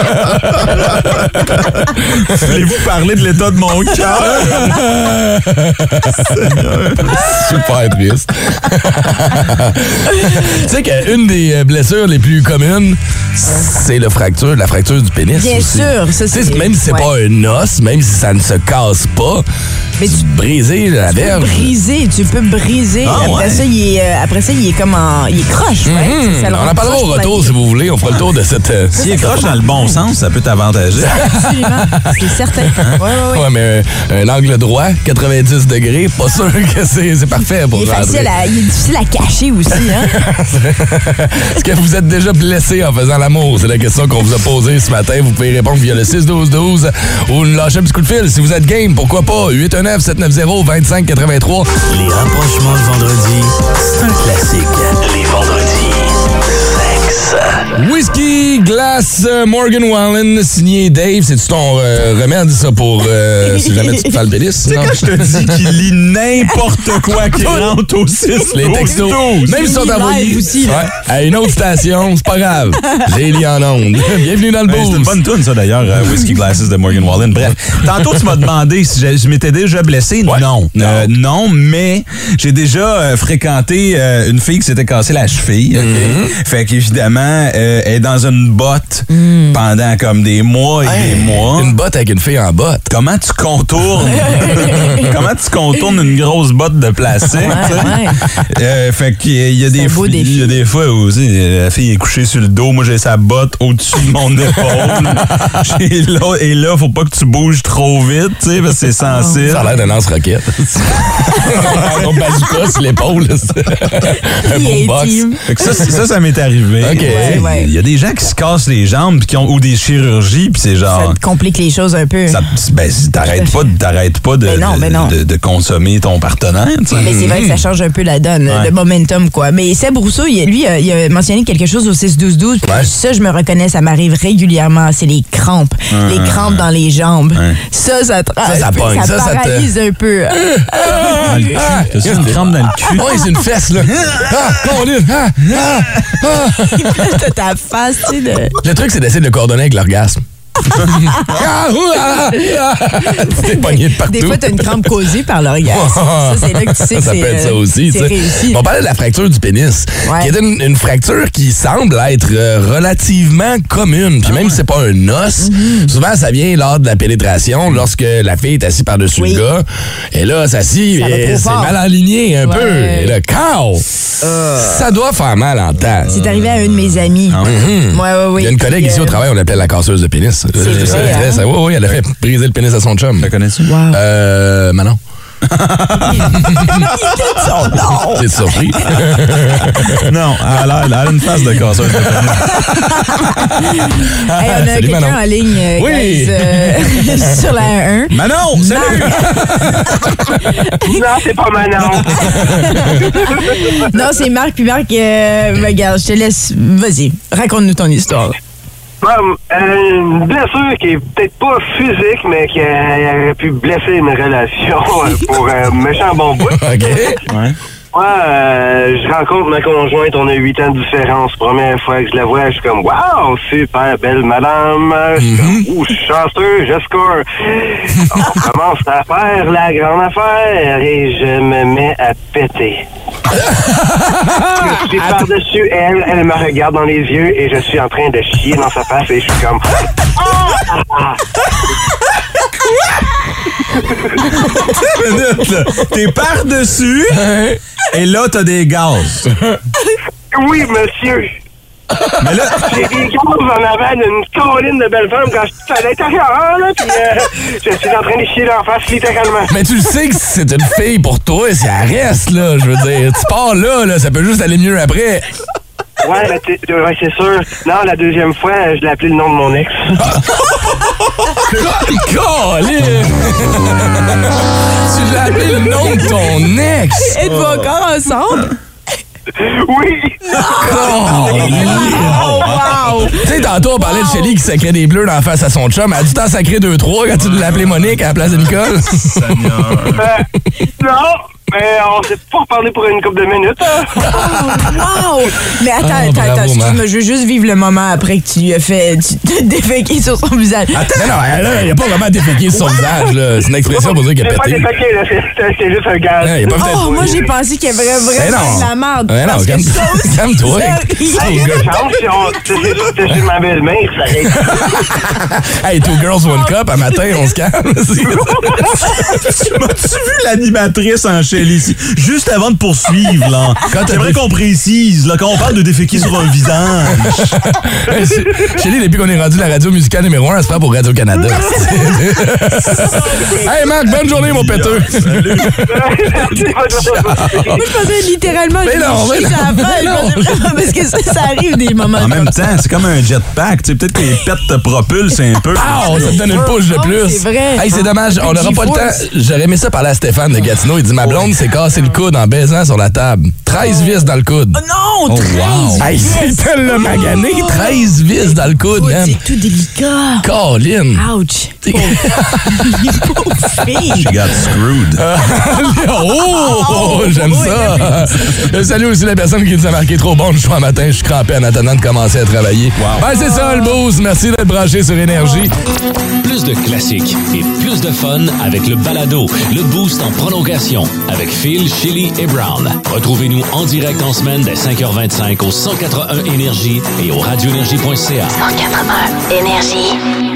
Voulez-vous parler de l'état de mon cœur? Super triste. Tu sais qu'une des blessures les plus communes, c'est la fracture, la fracture du pénis. Bien aussi. sûr. Ça, c'est... Même si c'est ouais. pas un os, même si ça ne se casse pas, mais tu peux briser la verge. Tu peux briser, tu peux briser. Ah, après, ouais. ça, il est, euh, après ça, il est comme en... Il est croche, mm-hmm. ouais. Ça On en parlera au retour, si vous voulez. On fera le tour de cette... Euh, S'il est croche dans le bon sens, ça peut t'avantager. Absolument. C'est certain. Hein? Ouais, ouais, ouais. ouais, mais un, un angle droit, quatre-vingt-dix degrés, pas sûr que c'est, c'est parfait pour il est, rentrer. facile à, il est difficile à cacher aussi, hein? Est-ce que vous êtes déjà blessé en faisant l'amour? C'est la question qu'on vous a posée ce matin. Vous pouvez répondre via le six douze douze ou nous lâcher un petit coup de fil. Si vous êtes game, pourquoi pas? huit un neuf sept neuf zéro deux cinq huit trois. Les rapprochements de vendredi, c'est un classique. Les vendredis, sexe. Whisky, glace, Morgan Wallen, signé Dave. C'est-tu ton euh, remède, ça, pour euh, si jamais tu te fais le pénis? Tu sais, quand je te dis qu'il lit n'importe quoi qui rentre au six les textos. Même si sont envoyés aussi, ouais, à une autre station, c'est pas grave. J'ai lu en ondes. Bienvenue dans le boost. C'est une bonne tune, ça, d'ailleurs, euh, Whisky Glasses de Morgan Wallen. Bref, tantôt, tu m'as demandé si je, je m'étais déjà blessé. Ouais. Non. Non. Euh, non, mais j'ai déjà euh, fréquenté euh, une fille qui s'était cassée la cheville. Okay? Mm-hmm. Fait qu'évidemment, euh, elle est dans une botte mm. pendant comme des mois et hey, des mois. Une botte avec une fille en botte. Comment tu contournes comment tu contournes une grosse botte de plastique? Ouais, ouais. Euh, fait qu'il y a des fois, il y a des fois où la fille est couchée sur le dos, moi j'ai sa botte au-dessus de mon épaule. et, là, et là, faut pas que tu bouges trop vite, tu sais, parce que c'est sensible. Ça a l'air d'un lance-roquette. Un bazooka sur l'épaule. Un boombox. Fait que ça, ça, ça m'est arrivé. Okay. Ouais, ouais. Il y a des gens qui se cassent les jambes pis qui ont, ou des chirurgies, puis c'est genre... Ça te complique les choses un peu. Ça, ben, t'arrêtes pas, t'arrêtes pas de, ben non, ben non. de, de consommer ton partenaire. T'sais. Mais c'est vrai que ça change un peu la donne, ouais. le momentum, quoi. Mais Seb Rousseau, il, lui, il a mentionné quelque chose au six douze douze. Ouais. Ça, je me reconnais, ça m'arrive régulièrement. C'est les crampes. Euh, les crampes dans les jambes. Ouais. Ça, ça, te, ça, ça, pogne, ça, ça paralyse ça te... un peu. Dans le cul. T'as-tu une crampe dans le cul? Oui, c'est une fesse, là. Ah, on est... Ah, ah, ah. T'as ta face, tu sais. De... Le truc, c'est d'essayer de le coordonner avec l'orgasme. T'es pogné de partout. Des fois, t'as une crampe causée par l'orgasme. Ça, c'est là que tu sais que ça c'est, peut être ça aussi, c'est réussi. On parlait de la fracture du pénis, ouais. qui est une, une fracture qui semble être relativement commune. Puis même si c'est pas un os, mm-hmm. souvent, ça vient lors de la pénétration, lorsque la fille est assise par-dessus oui. le gars. Et là, ça s'y, c'est mal aligné un ouais. peu. Et là, cow! Uh. Ça doit faire mal en temps. C'est arrivé à un de mes amis. Mm-hmm. Ouais, ouais, ouais. Il y a une collègue Puis, ici euh... au travail, on l'appelait la casseuse de pénis. C'est vrai, c'est hein? très, ça, oui, oui, elle a fait briser le pénis à son chum. La connais-tu? Wow. Euh, Manon. T'es surpris? Non, elle a, elle a une face de casseuse de pénis. Hey, on a Salut, quelqu'un Manon. en ligne. Euh, oui! guys, euh... sur la un. Manon, salut! Non, c'est pas Manon. Non, c'est Marc. Puis Marc, euh, regarde, je te laisse. Vas-y, raconte-nous ton histoire. Bon, euh, une blessure qui est peut-être pas physique, mais qui a- aurait pu blesser une relation euh, pour un méchant bon bout. OK. Ouais. Ouais, euh, je rencontre ma conjointe, on a huit ans de différence. Première fois que je la vois, je suis comme, wow, super belle madame. Je suis comme, ouh, je suis chanceux, je score. On commence à faire la grande affaire et je me mets à péter. Je suis par-dessus elle, elle me regarde dans les yeux et je suis en train de chier dans sa face et je suis comme, ah! Une minute, là. T'es par-dessus et là, t'as des gaz. Oui, monsieur. Mais là, j'ai des gaz en avant d'une colline de belles femmes quand je suis à l'intérieur, là, puis euh, je suis en train de chier d'en face, littéralement. Mais tu le sais que c'est une fille pour toi, si elle reste, là, je veux dire. Tu pars là, là, ça peut juste aller mieux après. Ouais, ben, t'es- ouais, c'est sûr. Non, la deuxième fois, je l'ai appelé le nom de mon ex. Colin! Tu l'as appelé le nom de ton ex! Êtes-vous encore ensemble? Oui! Oh, wow! Tu sais, tantôt, on parlait de Shelly qui sacrait des bleus dans la face à son chum. Elle a du temps sacré deux trois quand tu l'as appelé Monique à la place de Nicole. Euh, non, mais on s'est pas reparlé pour une couple de minutes. Hein. Wow! Mais attends, Ah, attends, bravo, attends, excuse-moi, Marc. je veux juste vivre le moment après que tu lui as fait tu t'as déféqué sur son visage. Attends, non, là, il a pas vraiment déféqué sur son visage, là. C'est une expression pour dire qu'il a C'est pas pété. déféqué, là, c'est- c'est c'est juste un gaz. Ouais, il a pas fait- Oh, moi j'ai pensé qu'il y avait Ben vraiment non. de la merde. Ben non, parce que calme- ça aussi, calme-toi. ça, Hey, il y a des chances, si on- c'est c'est juste que chez ma belle-mère, ça arrive. Hey, two girls, one cup, à matin, on se calme. m'as-tu vu l'animatrice en Shelly ici? Juste avant de poursuivre, là. Quand t'as J'aimerais dit- qu'on précise, là, quand on parle de déféquer sur un visage. Shelly, depuis qu'on est rendu la radio musicale numéro un, elle se fait pour Radio-Canada. Hey, Marc, bonne journée, mon péteux. Moi, je pensais littéralement Mais je non, me mais chie non, sur la mais face, non. parce que ça, ça arrive des moments En même comme ça. temps, c'est comme un jetpack. Tu sais, peut-être que les pets te propulsent un peu. Ah, ça me donne une push de Oh, plus. c'est vrai. Hey, c'est dommage, on n'aura pas le temps. J'aurais aimé ça parler à Stéphane de Gatineau. Il dit ma blonde s'est cassé le coude en baisant sur la table. treize vis dans le coude. Oh non, Oh, treize wow. Hey, vis. c'est tellement magané. treize vis dans le coude, Écoute, man. c'est tout délicat. Colin. Ouch. Pauvre fille. She got screwed. Oh, j'aime ça. Je salue aussi la personne qui nous a marqué trop bon le choix matin. Je suis crampé en attendant de commencer à travailler. Ben, c'est ça, le boost. Merci d'être branché sur Énergie. Plus de classiques et plus de fun avec le balado, le boost en prolongation avec Phil, Chili et Brown. Retrouvez-nous en direct en semaine dès cinq heures vingt-cinq au cent quatre-vingt-un Énergie et au radioénergie point c a. cent quatre-vingt-un Énergie.